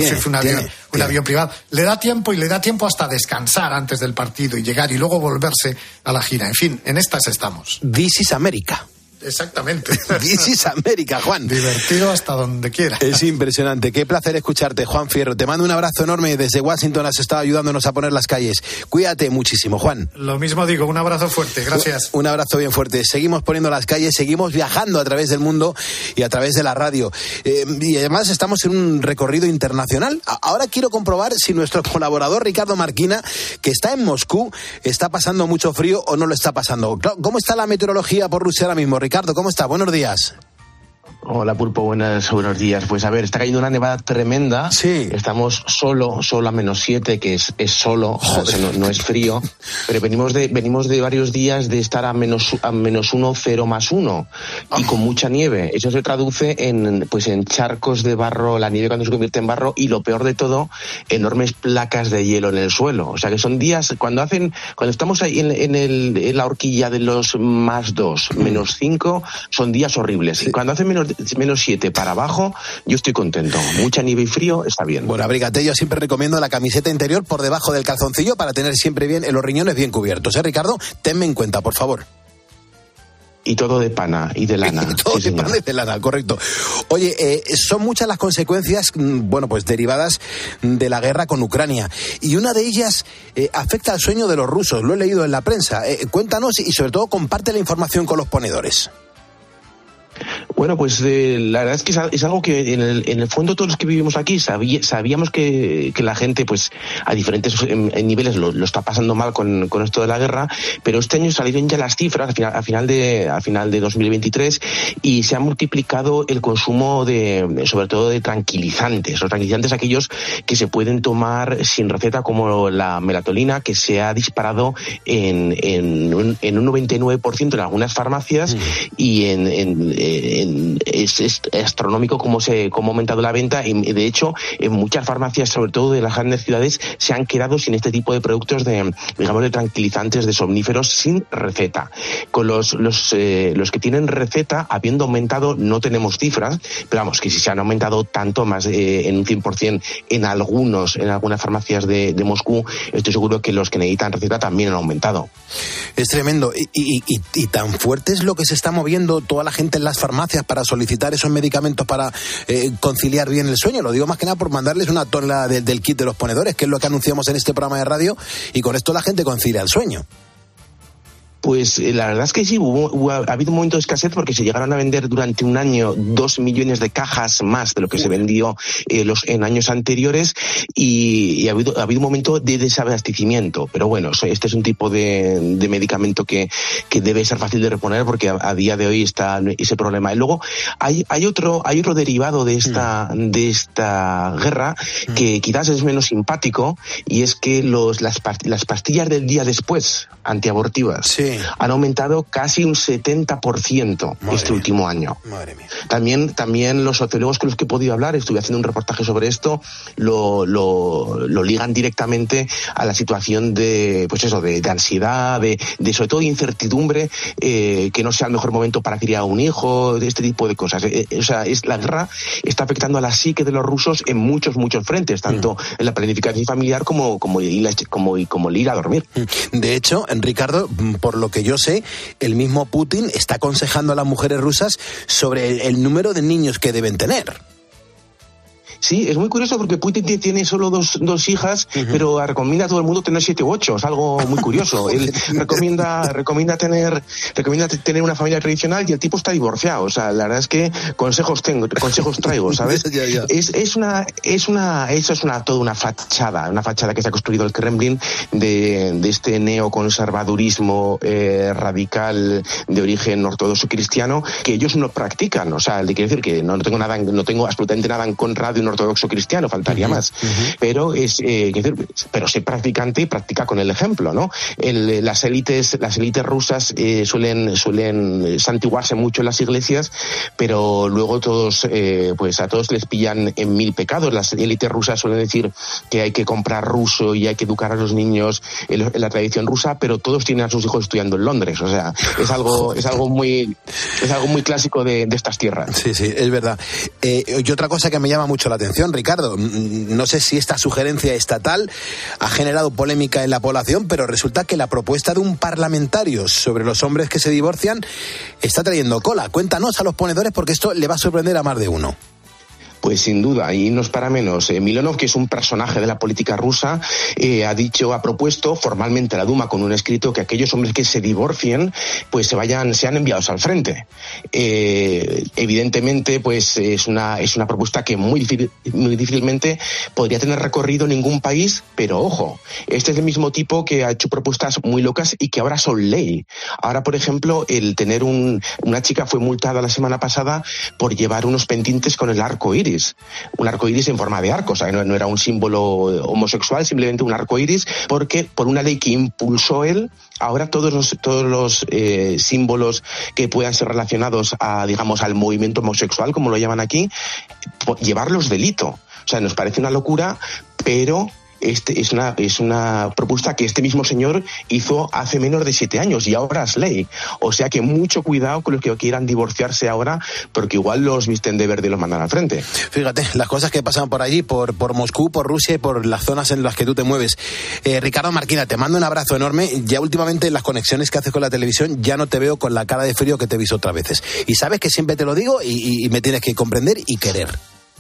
un avión privado, le da tiempo hasta descansar antes del partido y llegar y luego volverse a la gira. En fin, en estas estamos. This is America. Exactamente. This is América, Juan. Divertido hasta donde quiera. Es impresionante. Qué placer escucharte, Juan Fierro. Te mando un abrazo enorme desde Washington. Has estado ayudándonos a poner las calles. Cuídate muchísimo, Juan. Lo mismo digo. Un abrazo fuerte. Gracias. Un abrazo bien fuerte. Seguimos poniendo las calles, seguimos viajando a través del mundo y a través de la radio. Y además estamos en un recorrido internacional. Ahora quiero comprobar si nuestro colaborador Ricardo Marquina, que está en Moscú, está pasando mucho frío o no lo está pasando. ¿Cómo está la meteorología por Rusia ahora mismo? Ricardo, ¿cómo está? Buenos días. Hola, Pulpo, buenos días. Pues a ver, está cayendo una nevada tremenda. Sí. Estamos solo a -7, que es solo, o sea, no es frío, pero venimos de varios días de estar a -1, 0 más 1, y con mucha nieve. Eso se traduce en charcos de barro, la nieve cuando se convierte en barro, y lo peor de todo, enormes placas de hielo en el suelo. O sea que son días, cuando estamos ahí en la horquilla de los +2, -5, son días horribles. Y cuando hace -7 para abajo, yo estoy contento. Mucha nieve y frío, está bien. Bueno, abrígate. Yo siempre recomiendo la camiseta interior por debajo del calzoncillo para tener siempre bien los riñones bien cubiertos. Ricardo? Tenme en cuenta, por favor. Y todo de pana y de lana. Todo de pana y de lana, correcto. Oye, son muchas las consecuencias, pues derivadas de la guerra con Ucrania. Y una de ellas afecta al sueño de los rusos. Lo he leído en la prensa. Cuéntanos y sobre todo comparte la información con los ponedores. Bueno, pues la verdad es que es algo que en el fondo todos los que vivimos aquí sabíamos que la gente pues a diferentes niveles lo está pasando mal con esto de la guerra, pero este año salieron ya las cifras a final de 2023 y se ha multiplicado el consumo sobre todo de tranquilizantes. Los tranquilizantes aquellos que se pueden tomar sin receta, como la melatonina, que se ha disparado en un 99% en algunas farmacias, y es astronómico cómo ha aumentado la venta, y de hecho en muchas farmacias, sobre todo de las grandes ciudades, se han quedado sin este tipo de productos de tranquilizantes, de somníferos sin receta. Con los que tienen receta, habiendo aumentado, no tenemos cifras, pero vamos, que si se han aumentado tanto, más en un 100% en algunas farmacias de Moscú, estoy seguro que los que necesitan receta también han aumentado. Es tremendo. Y tan fuerte es lo que se está moviendo toda la gente en las farmacias para solicitar esos medicamentos para conciliar bien el sueño. Lo digo más que nada por mandarles una tonelada del kit de los ponedores, que es lo que anunciamos en este programa de radio, y con esto la gente concilia el sueño. Pues la verdad es que sí, ha habido un momento de escasez porque se llegaron a vender durante un año 2 millones de cajas más de lo que se vendió en años anteriores, y ha habido un momento de desabastecimiento. Pero bueno, este es un tipo de medicamento que debe ser fácil de reponer, porque a día de hoy está ese problema. Y luego hay otro derivado de esta guerra que quizás es menos simpático, y es que las pastillas del día después, antiabortivas, sí, han aumentado casi un 70% último año. Madre mía. También los sociólogos con los que he podido hablar, estuve haciendo un reportaje sobre esto, lo ligan directamente a la situación de ansiedad, de sobre todo de incertidumbre, que no sea el mejor momento para criar un hijo, de este tipo de cosas. La guerra está afectando a la psique de los rusos en muchos frentes, tanto en la planificación familiar como el ir a dormir. De hecho, Ricardo, por lo que yo sé, el mismo Putin está aconsejando a las mujeres rusas sobre el número de niños que deben tener. Sí, es muy curioso porque Putin tiene solo dos hijas, pero recomienda a todo el mundo tener 7 u 8. Es algo muy curioso. Él recomienda tener una familia tradicional y el tipo está divorciado. O sea, la verdad es que consejos traigo, ¿sabes? Ya. Eso es toda una fachada que se ha construido el Kremlin de este neoconservadurismo radical de origen ortodoxo cristiano que ellos no practican. O sea, quiero decir que no tengo absolutamente nada en contra de un ortodoxo cristiano, faltaría más. Pero ser practicante y practica con el ejemplo, ¿no? Las élites rusas suelen santiguarse mucho en las iglesias, pero luego a todos les pillan en 1000 pecados. Las élites rusas suelen decir que hay que comprar ruso y hay que educar a los niños en la tradición rusa, pero todos tienen a sus hijos estudiando en Londres. O sea, es algo muy clásico de estas tierras. Sí, es verdad. Y otra cosa que me llama mucho la atención, Ricardo, no sé si esta sugerencia estatal ha generado polémica en la población, pero resulta que la propuesta de un parlamentario sobre los hombres que se divorcian está trayendo cola. Cuéntanos a los ponedores porque esto le va a sorprender a más de uno. Pues sin duda, y no es para menos. Milonov, que es un personaje de la política rusa, ha propuesto formalmente a la Duma con un escrito que aquellos hombres que se divorcien, pues sean enviados al frente. Evidentemente, pues es una propuesta que muy difícilmente podría tener recorrido en ningún país, pero ojo, este es el mismo tipo que ha hecho propuestas muy locas y que ahora son ley. Ahora, por ejemplo, el tener una chica fue multada la semana pasada por llevar unos pendientes con el arco iris. Un arco iris en forma de arco, o sea, no era un símbolo homosexual, simplemente un arco iris, porque por una ley que impulsó él, ahora todos los símbolos que puedan ser relacionados al movimiento homosexual, como lo llaman aquí, llevarlos delito. O sea, nos parece una locura, pero es una propuesta que este mismo señor hizo hace menos de 7 años y ahora es ley. O sea que mucho cuidado con los que quieran divorciarse ahora, porque igual los visten de verde y los mandan al frente. Fíjate, las cosas que pasan por allí, por Moscú, por Rusia y por las zonas en las que tú te mueves. Ricardo Marquina, te mando un abrazo enorme. Ya últimamente en las conexiones que haces con la televisión ya no te veo con la cara de frío que te he visto otras veces. Y sabes que siempre te lo digo y me tienes que comprender y querer.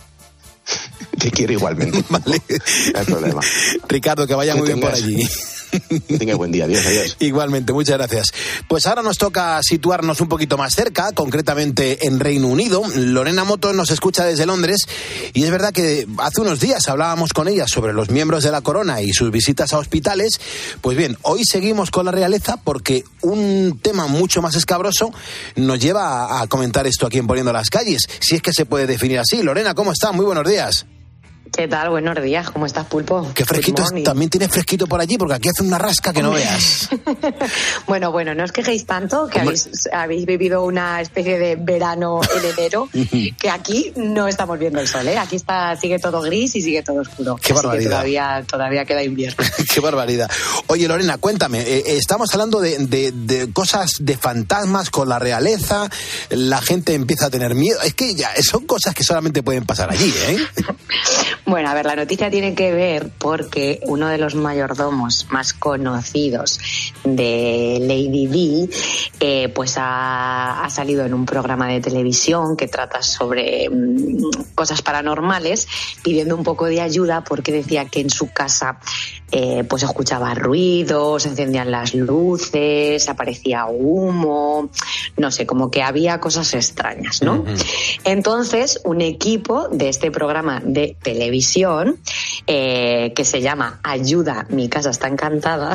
Te quiero igualmente. Vale. No hay problema. Ricardo, que vaya muy bien por allí. Tenga buen día, adiós. Igualmente, muchas gracias. Pues ahora nos toca situarnos un poquito más cerca, concretamente en Reino Unido. Lorena Moto nos escucha desde Londres y es verdad que hace unos días hablábamos con ella sobre los miembros de la corona y sus visitas a hospitales. Pues bien, hoy seguimos con la realeza porque un tema mucho más escabroso nos lleva a comentar esto aquí en Poniendo las Calles, si es que se puede definir así. Lorena, ¿cómo estás? Muy buenos días. ¿Qué tal? Buenos días, ¿cómo estás, Pulpo? Qué fresquito, también tienes fresquito por allí, porque aquí hace una rasca que no veas. Bueno, no os quejéis tanto, que habéis vivido una especie de verano en enero, que aquí no estamos viendo el sol, ¿eh? Aquí sigue todo gris y sigue todo oscuro. Qué barbaridad. Que todavía queda invierno. Qué barbaridad. Oye, Lorena, cuéntame, estamos hablando de cosas, de fantasmas con la realeza, la gente empieza a tener miedo, es que ya son cosas que solamente pueden pasar allí, ¿eh? Bueno, a ver, la noticia tiene que ver porque uno de los mayordomos más conocidos de Lady Di, pues ha salido en un programa de televisión que trata sobre cosas paranormales, pidiendo un poco de ayuda porque decía que en su casa pues escuchaba ruidos, se encendían las luces, aparecía humo, no sé, como que había cosas extrañas, ¿no? Entonces, un equipo de este programa de televisión que se llama Ayuda, mi casa está encantada.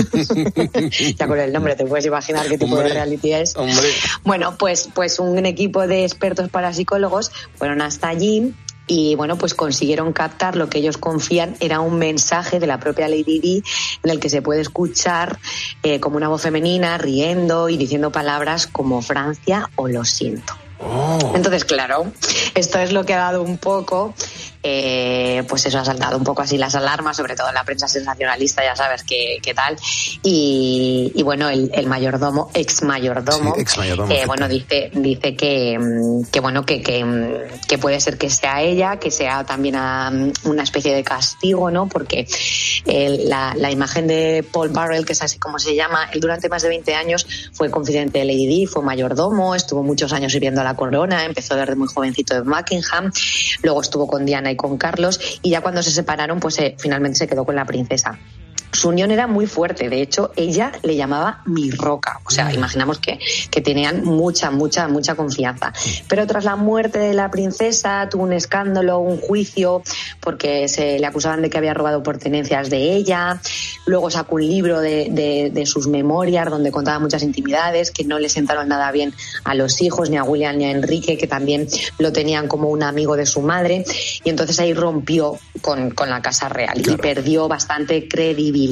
Ya con el nombre te puedes imaginar qué tipo de reality es. Bueno, pues un equipo de expertos parapsicólogos fueron hasta allí y bueno, pues consiguieron captar lo que ellos confían era un mensaje de la propia Lady Di en el que se puede escuchar como una voz femenina riendo y diciendo palabras como Francia o lo siento. Entonces, claro, esto es lo que ha dado un poco, pues eso, ha saltado un poco así las alarmas, sobre todo en la prensa sensacionalista, ya sabes qué tal. Y bueno, el mayordomo, ex mayordomo, bueno, dice que bueno, que puede ser que sea ella, que sea también una especie de castigo, ¿no? Porque la imagen de Paul Burrell, que es así como se llama, él durante más de 20 años fue confidente de Lady Di, fue mayordomo, estuvo muchos años sirviendo a la corona, empezó desde muy jovencito de Buckingham, luego estuvo con Diana y con Carlos, y ya cuando se separaron, pues finalmente se quedó con la princesa. Su unión era muy fuerte, de hecho ella le llamaba mi roca, o sea, imaginamos que tenían mucha confianza. Pero tras la muerte de la princesa tuvo un escándalo, un juicio, porque se le acusaban de que había robado pertenencias de ella. Luego sacó un libro de sus memorias donde contaba muchas intimidades que no le sentaron nada bien a los hijos, ni a William ni a Enrique, que también lo tenían como un amigo de su madre, y entonces ahí rompió con la Casa Real, claro, y perdió bastante credibilidad.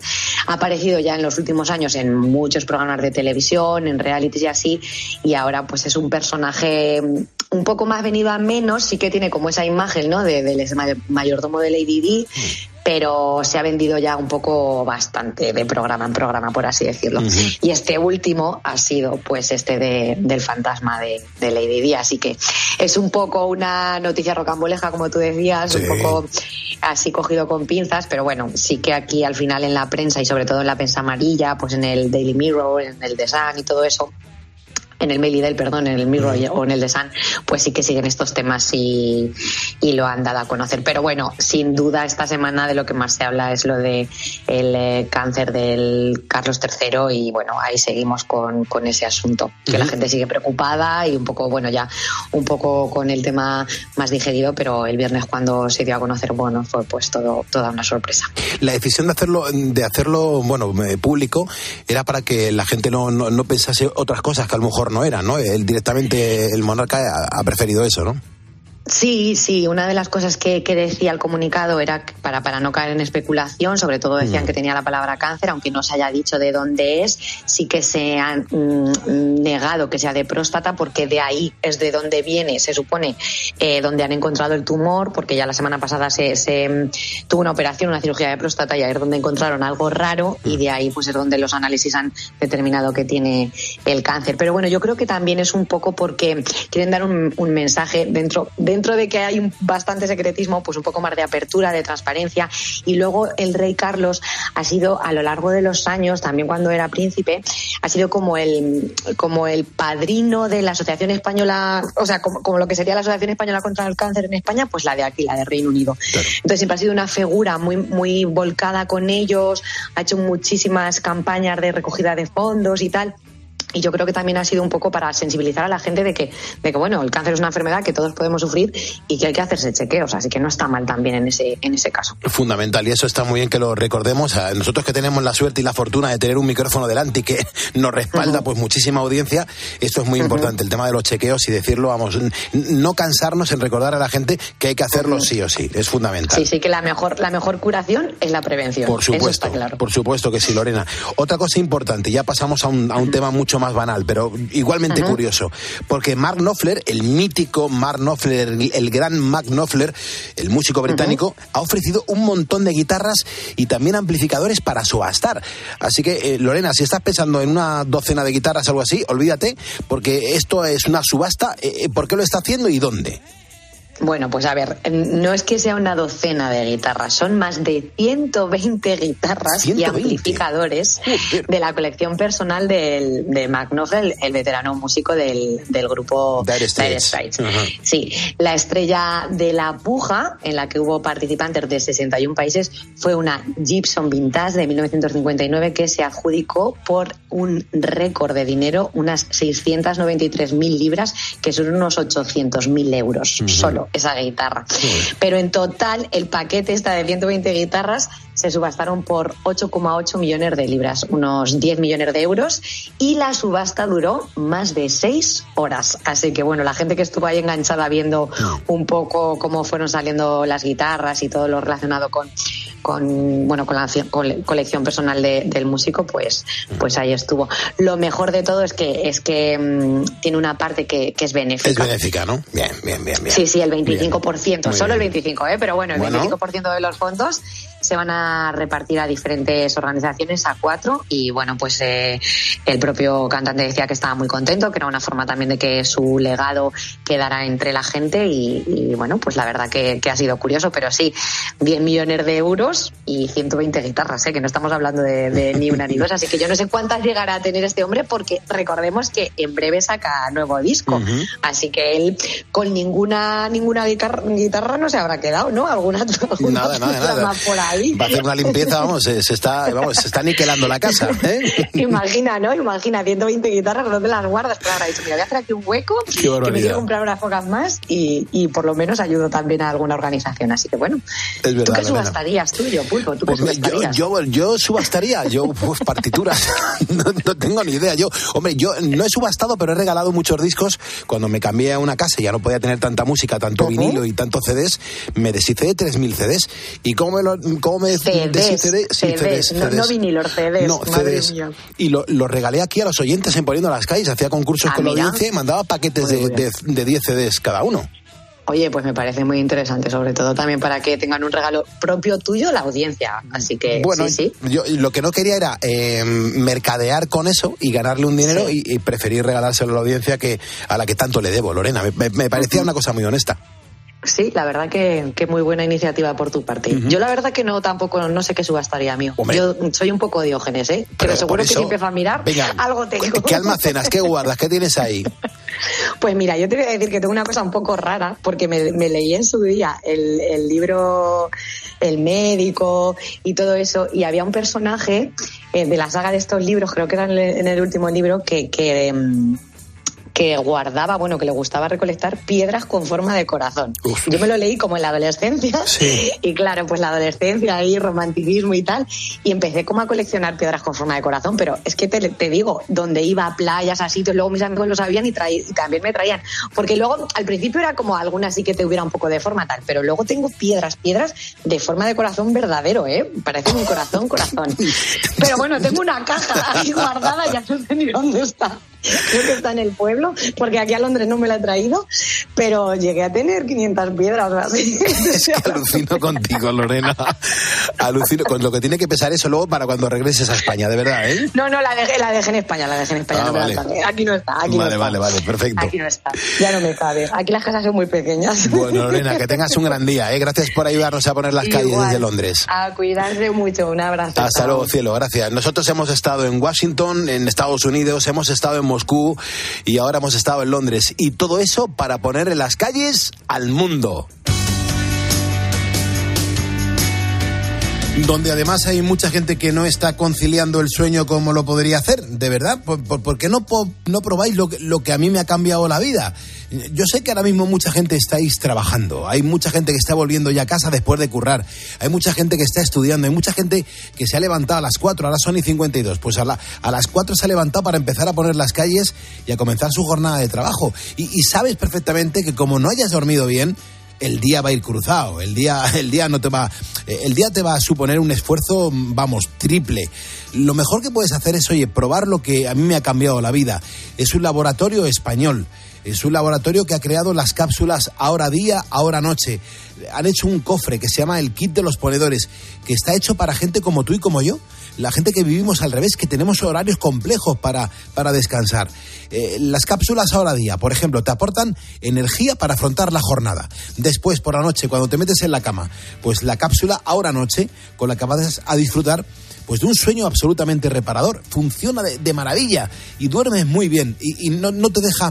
Ha aparecido ya en los últimos años en muchos programas de televisión, en realities y así, y ahora pues es un personaje un poco más venido a menos, sí que tiene como esa imagen, ¿no?, del mayordomo de Lady Di, pero se ha vendido ya un poco bastante de programa en programa, por así decirlo. Y este último ha sido pues del fantasma de Lady Di, así que es un poco una noticia rocambolesca, como tú decías, un poco así cogido con pinzas, pero bueno, sí que aquí al final en la prensa y sobre todo en la prensa amarilla, pues en el Daily Mirror, en el The Sun y todo eso, en el Mail y Del, perdón, en el Mirror o en el The Sun, pues sí que siguen estos temas y lo han dado a conocer. Pero bueno, sin duda esta semana de lo que más se habla es lo de el cáncer del Carlos III, y bueno, ahí seguimos con ese asunto, que la gente sigue preocupada y un poco, bueno, ya un poco con el tema más digerido, pero el viernes cuando se dio a conocer, bueno, fue pues toda una sorpresa. La decisión de hacerlo bueno, público era para que la gente no pensase otras cosas que a lo mejor no era, ¿no? Él directamente, el monarca ha preferido eso, ¿no? Sí, una de las cosas que decía el comunicado era para no caer en especulación, sobre todo decían que tenía la palabra cáncer, aunque no se haya dicho de dónde es, sí que se han negado que sea de próstata, porque de ahí es de donde viene, se supone, donde han encontrado el tumor, porque ya la semana pasada se tuvo una operación, una cirugía de próstata, y ahí es donde encontraron algo raro, y de ahí pues es donde los análisis han determinado que tiene el cáncer. Pero bueno, yo creo que también es un poco porque quieren dar un mensaje dentro de que hay bastante secretismo, pues un poco más de apertura, de transparencia. Y luego el rey Carlos ha sido, a lo largo de los años, también cuando era príncipe, ha sido como el padrino de la Asociación Española, o sea, como lo que sería la Asociación Española contra el Cáncer en España, pues la de aquí, la de Reino Unido. Claro. Entonces siempre ha sido una figura muy volcada con ellos, ha hecho muchísimas campañas de recogida de fondos y tal. Y yo creo que también ha sido un poco para sensibilizar a la gente de que bueno, el cáncer es una enfermedad que todos podemos sufrir y que hay que hacerse chequeos, así que no está mal también en ese caso. Fundamental, y eso está muy bien que lo recordemos. A nosotros que tenemos la suerte y la fortuna de tener un micrófono delante y que nos respalda pues muchísima audiencia, esto es muy importante, el tema de los chequeos, y decirlo, vamos, no cansarnos en recordar a la gente que hay que hacerlo sí o sí, es fundamental. Sí, que la mejor curación es la prevención. Por supuesto, eso está claro. Por supuesto que sí, Lorena. Otra cosa importante, ya pasamos a un tema mucho más banal, pero igualmente curioso, porque Mark Knopfler, el mítico Mark Knopfler, el gran Mark Knopfler, el músico británico, ha ofrecido un montón de guitarras y también amplificadores para subastar. Así que, Lorena, si estás pensando en una docena de guitarras o algo así, olvídate, porque esto es una subasta. ¿Por qué lo está haciendo y dónde? Bueno, pues a ver, no es que sea una docena de guitarras, son más de 120 guitarras y amplificadores de la colección personal de Mark Knopfler, el veterano músico del grupo Dire Straits. Sí, la estrella de la puja, en la que hubo participantes de 61 países, fue una Gibson Vintage de 1959 que se adjudicó por un récord de dinero, unas 693.000 libras, que son unos 800.000 euros, solo esa guitarra. Pero en total, el paquete esta de 120 guitarras se subastaron por 8,8 millones de libras, unos 10 millones de euros, y la subasta duró más de 6 horas. Así que bueno, la gente que estuvo ahí enganchada viendo un poco cómo fueron saliendo las guitarras y todo lo relacionado con la colección personal del músico, pues ahí estuvo. Lo mejor de todo es que tiene una parte que es benéfica. Es benéfica, ¿no? Bien. Sí, el 25%, Muy solo bien. el 25%, pero bueno, el 25% de los fondos se van a repartir a diferentes organizaciones, a 4, y bueno, pues el propio cantante decía que estaba muy contento, que era una forma también de que su legado quedara entre la gente, y bueno, pues la verdad que ha sido curioso, pero sí, 10 millones de euros y 120 guitarras, que no estamos hablando de ni una ni dos, así que yo no sé cuántas llegará a tener este hombre, porque recordemos que en breve saca nuevo disco, así que él con ninguna guitarra no se habrá quedado, ¿no? Alguna Nada. más por ahí. Va a hacer una limpieza, se está niquelando la casa, ¿eh? Imagina 120 guitarras, ¿dónde las guardas? Pero ahora he dicho, mira, voy a hacer aquí un hueco, Qué barbaridad. que me quiero comprar unas pocas más y por lo menos ayudo también a alguna organización, así que bueno. Es verdad, ¿Tú qué Lorena. subastarías, tuyo, Pulpo? ¿Tú qué Pues subastarías? yo subastaría, partituras, no tengo ni idea. Yo no he subastado, pero he regalado muchos discos. Cuando me cambié a una casa y ya no podía tener tanta música, tanto vinilo y tantos CDs, me deshice de 3.000 CDs. ¿Y cómo me deshice de CDs? No vinilos, CDs, No, madre CDs. mía. Y lo regalé aquí a los oyentes en Poniendo las Calles. Hacía concursos con la mira. audiencia y mandaba paquetes de 10 CDs cada uno. Oye, pues me parece muy interesante, sobre todo también para que tengan un regalo propio tuyo la audiencia. Así que bueno, sí. Yo lo que no quería era mercadear con eso y ganarle un dinero y preferir regalárselo a la audiencia a la que tanto le debo, Lorena. Me parecía una cosa muy honesta. Sí, la verdad que muy buena iniciativa por tu parte. Yo la verdad que no sé qué subastaría, mío. Hombre. Yo soy un poco Diógenes, pero seguro que si empiezo a mirar, venga, algo tengo. ¿Qué almacenas? ¿Qué guardas? ¿Qué tienes ahí? Pues mira, yo te voy a decir que tengo una cosa un poco rara, porque me leí en su día el libro El médico y todo eso, y había un personaje de la saga de estos libros, creo que era en el último libro, que guardaba, que le gustaba recolectar piedras con forma de corazón. Uf. Yo me lo leí como en la adolescencia, y claro, pues la adolescencia ahí, romanticismo y tal, y empecé como a coleccionar piedras con forma de corazón, pero es que te digo, donde iba a playas, a sitios, luego mis amigos lo sabían y también me traían, porque luego al principio era como algunas sí que te hubiera un poco de forma tal, pero luego tengo piedras de forma de corazón verdadero, parece un corazón. Pero bueno, tengo una caja ahí guardada, ya no sé ni dónde está. Creo que está en el pueblo, porque aquí a Londres no me la he traído, pero llegué a tener 500 piedras o así. Es que alucino contigo, Lorena. Alucino con lo que tiene que pesar eso luego para cuando regreses a España, de verdad, ¿eh? No, la dejé en España, no vale. me la traje. Aquí no está, Vale, perfecto. Aquí no está, ya no me cabe. Aquí las casas son muy pequeñas. Bueno, Lorena, que tengas un gran día, ¿eh? Gracias por ayudarnos a poner las calles desde Londres. A cuidarse mucho, un abrazo. Hasta luego, cielo, gracias. Nosotros hemos estado en Washington, en Estados Unidos, hemos estado en Moscú y ahora hemos estado en Londres. Y todo eso para poner en las calles al mundo. Donde además hay mucha gente que no está conciliando el sueño como lo podría hacer, de verdad. ¿Por qué no probáis lo que a mí me ha cambiado la vida? Yo sé que ahora mismo mucha gente estáis trabajando, hay mucha gente que está volviendo ya a casa después de currar, hay mucha gente que está estudiando, hay mucha gente que se ha levantado a las 4, ahora son y 52, pues a las 4 se ha levantado para empezar a poner las calles y a comenzar su jornada de trabajo. Y sabes perfectamente que como no hayas dormido bien, el día va a ir cruzado, el día te va a suponer un esfuerzo, triple. Lo mejor que puedes hacer es, probar lo que a mí me ha cambiado la vida. Es un laboratorio español, es un laboratorio que ha creado las cápsulas Ahora Día, Ahora Noche. Han hecho un cofre que se llama el Kit de los Ponedores, que está hecho para gente como tú y como yo, la gente que vivimos al revés, que tenemos horarios complejos para descansar. Las cápsulas Ahora Día, por ejemplo, te aportan energía para afrontar la jornada. Después, por la noche, cuando te metes en la cama, pues la cápsula Ahora Noche, con la que vas a disfrutar pues de un sueño absolutamente reparador. Funciona de maravilla y duermes muy bien y no te deja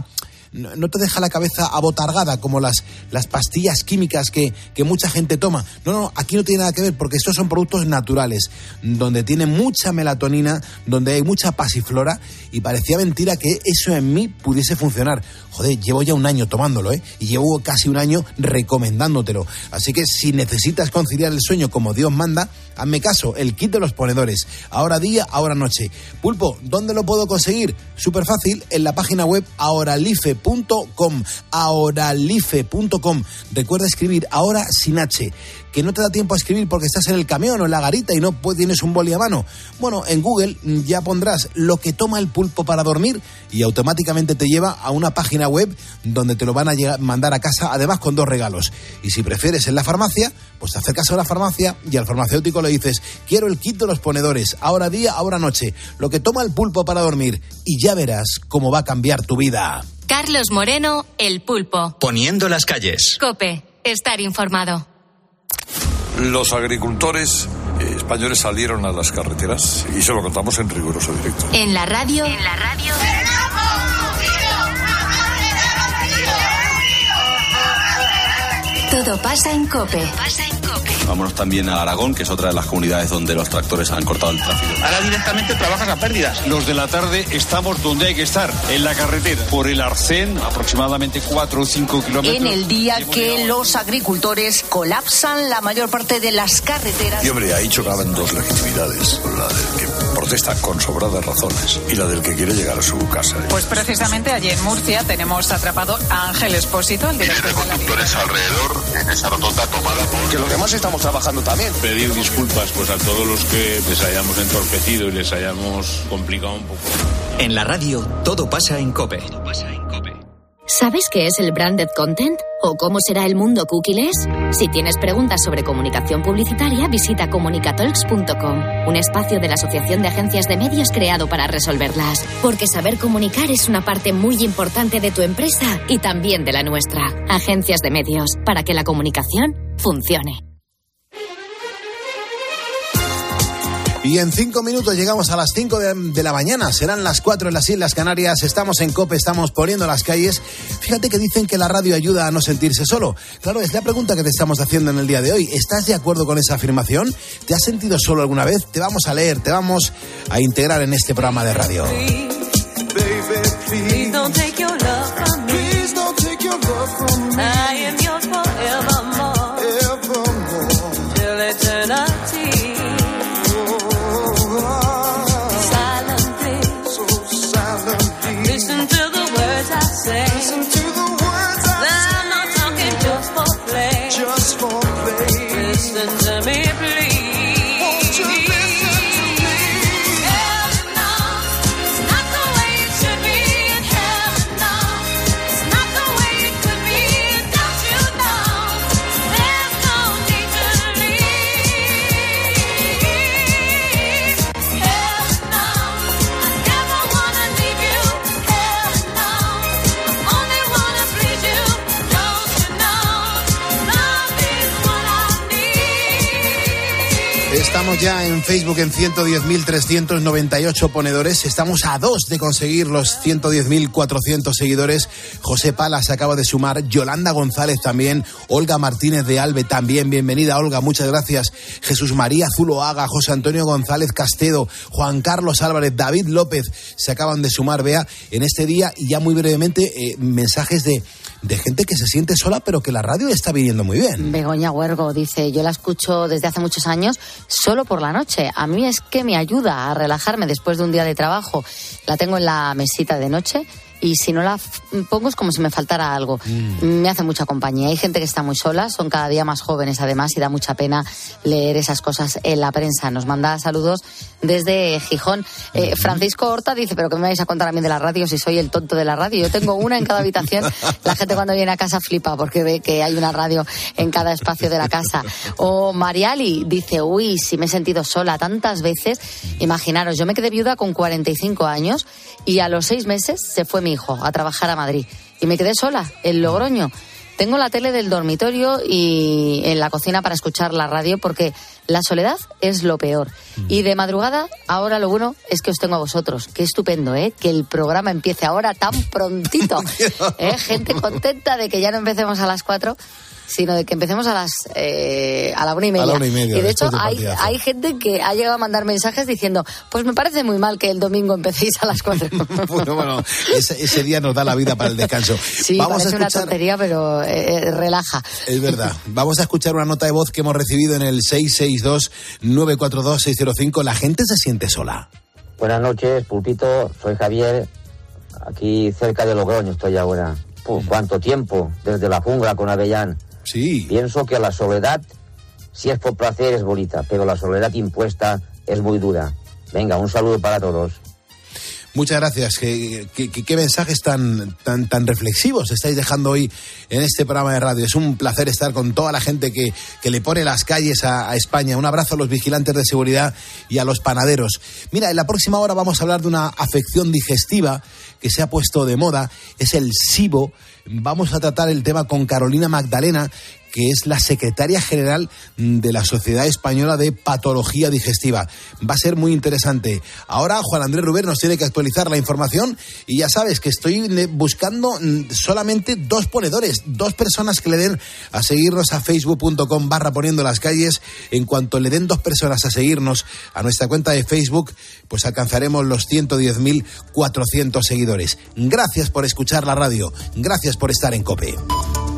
no te deja la cabeza abotargada como las pastillas químicas que mucha gente toma. No, aquí no tiene nada que ver, porque estos son productos naturales, donde tiene mucha melatonina, donde hay mucha pasiflora, y parecía mentira que eso en mí pudiese funcionar. Joder, llevo ya un año tomándolo, y llevo casi un año recomendándotelo. Así que si necesitas conciliar el sueño como Dios manda, hazme caso, el kit de los ponedores. Ahora día, ahora noche. Pulpo, ¿dónde lo puedo conseguir? Súper fácil, en la página web ahoralife.com. ahoralife.com. Recuerda escribir ahora sin H. Que no te da tiempo a escribir porque estás en el camión o en la garita y no tienes un boli a mano. Bueno, en Google ya pondrás lo que toma el pulpo para dormir y automáticamente te lleva a una página web donde te lo van a mandar a casa, además con 2 regalos. Y si prefieres en la farmacia, pues te acercas a la farmacia y al farmacéutico le dices: quiero el kit de los ponedores, ahora día, ahora noche, lo que toma el pulpo para dormir, y ya verás cómo va a cambiar tu vida. Carlos Moreno, El Pulpo. Poniendo las calles. COPE, estar informado. Los agricultores españoles salieron a las carreteras y se lo contamos en riguroso directo. En la radio. Todo pasa en COPE. Vámonos también a Aragón, que es otra de las comunidades donde los tractores han cortado el tráfico. Ahora directamente trabajas a pérdidas. Los de la tarde estamos donde hay que estar, en la carretera. Por el Arcén, aproximadamente 4 o 5 kilómetros. En el día que los agricultores colapsan la mayor parte de las carreteras. Y hombre, ahí chocaban 2 legitimidades. La del que protesta con sobradas razones y la del que quiere llegar a su casa. Pues precisamente allí en Murcia tenemos atrapado a Ángel Espósito, el director de conductores alrededor, en esa rotonda tomada por... Que los demás estamos trabajando también. Pedir disculpas pues a todos los que les hayamos entorpecido y les hayamos complicado un poco. En la radio, todo pasa en COPE. ¿Sabes qué es el branded content? ¿O cómo será el mundo cookieless? Si tienes preguntas sobre comunicación publicitaria, visita comunicatalks.com, un espacio de la Asociación de Agencias de Medios creado para resolverlas. Porque saber comunicar es una parte muy importante de tu empresa y también de la nuestra. Agencias de Medios, para que la comunicación funcione. Y en 5 minutos llegamos a las 5 de la mañana. Serán las 4 en las Islas Canarias. Estamos en COPE, estamos poniendo las calles. Fíjate que dicen que la radio ayuda a no sentirse solo. Claro, es la pregunta que te estamos haciendo en el día de hoy. ¿Estás de acuerdo con esa afirmación? ¿Te has sentido solo alguna vez? Te vamos a leer, te vamos a integrar en este programa de radio. Estamos ya en Facebook en 110.398 ponedores. Estamos a 2 de conseguir los 110.400 seguidores. José Pala se acaba de sumar. Yolanda González también. Olga Martínez de Albe también. Bienvenida, Olga. Muchas gracias. Jesús María Zuloaga, José Antonio González Castedo, Juan Carlos Álvarez, David López se acaban de sumar, Bea, en este día. Y ya muy brevemente, mensajes de gente que se siente sola, pero que la radio le está viniendo muy bien. Begoña Huergo dice: yo la escucho desde hace muchos años solo por la noche. A mí es que me ayuda a relajarme después de un día de trabajo. La tengo en la mesita de noche y si no la pongo es como si me faltara algo. Me hace mucha compañía. Hay gente que está muy sola, son cada día más jóvenes además y da mucha pena leer esas cosas en la prensa. Nos manda saludos desde Gijón. Francisco Horta dice: pero ¿qué me vais a contar a mí de la radio si soy el tonto de la radio? Yo tengo una en cada habitación. La gente cuando viene a casa flipa porque ve que hay una radio en cada espacio de la casa. O Mariali dice: uy, si me he sentido sola tantas veces. Imaginaros, yo me quedé viuda con 45 años y a los 6 meses se fue mi hijo a trabajar a Madrid y me quedé sola en Logroño. Tengo la tele del dormitorio y en la cocina para escuchar la radio porque La soledad es lo peor. Y de madrugada, ahora lo bueno es que os tengo a vosotros. Qué estupendo, ¿eh? Que el programa empiece ahora tan prontito. Gente contenta de que ya no empecemos a las 4, sino de que empecemos a la 1:30. A la 1:30, y de hecho hay hay gente que ha llegado a mandar mensajes diciendo, pues me parece muy mal que el domingo empecéis a las 4. bueno, ese día nos da la vida para el descanso. Sí, parece una tontería, pero relaja. Es verdad. Vamos a escuchar una nota de voz que hemos recibido en el 662-942-605. La gente se siente sola. Buenas noches, Pulpito. Soy Javier. Aquí cerca de Logroño estoy ahora. ¿Cuánto tiempo? Desde la jungla con Avellán. Sí. Pienso que la soledad, si es por placer, es bonita, pero la soledad impuesta es muy dura. Venga, un saludo para todos. Muchas gracias. ¿Qué mensajes tan reflexivos estáis dejando hoy en este programa de radio? Es un placer estar con toda la gente que le pone las calles a España. Un abrazo a los vigilantes de seguridad y a los panaderos. Mira, en la próxima hora vamos a hablar de una afección digestiva que se ha puesto de moda. Es el SIBO. Vamos a tratar el tema con Carolina Magdalena, que es la secretaria general de la Sociedad Española de Patología Digestiva. Va a ser muy interesante. Ahora Juan Andrés Ruber nos tiene que actualizar la información y ya sabes que estoy buscando solamente 2 ponedores, 2 personas que le den a seguirnos a facebook.com/poniendo las calles. En cuanto le den 2 personas a seguirnos a nuestra cuenta de Facebook, pues alcanzaremos los 110.400 seguidores. Gracias por escuchar la radio. Gracias por estar en COPE.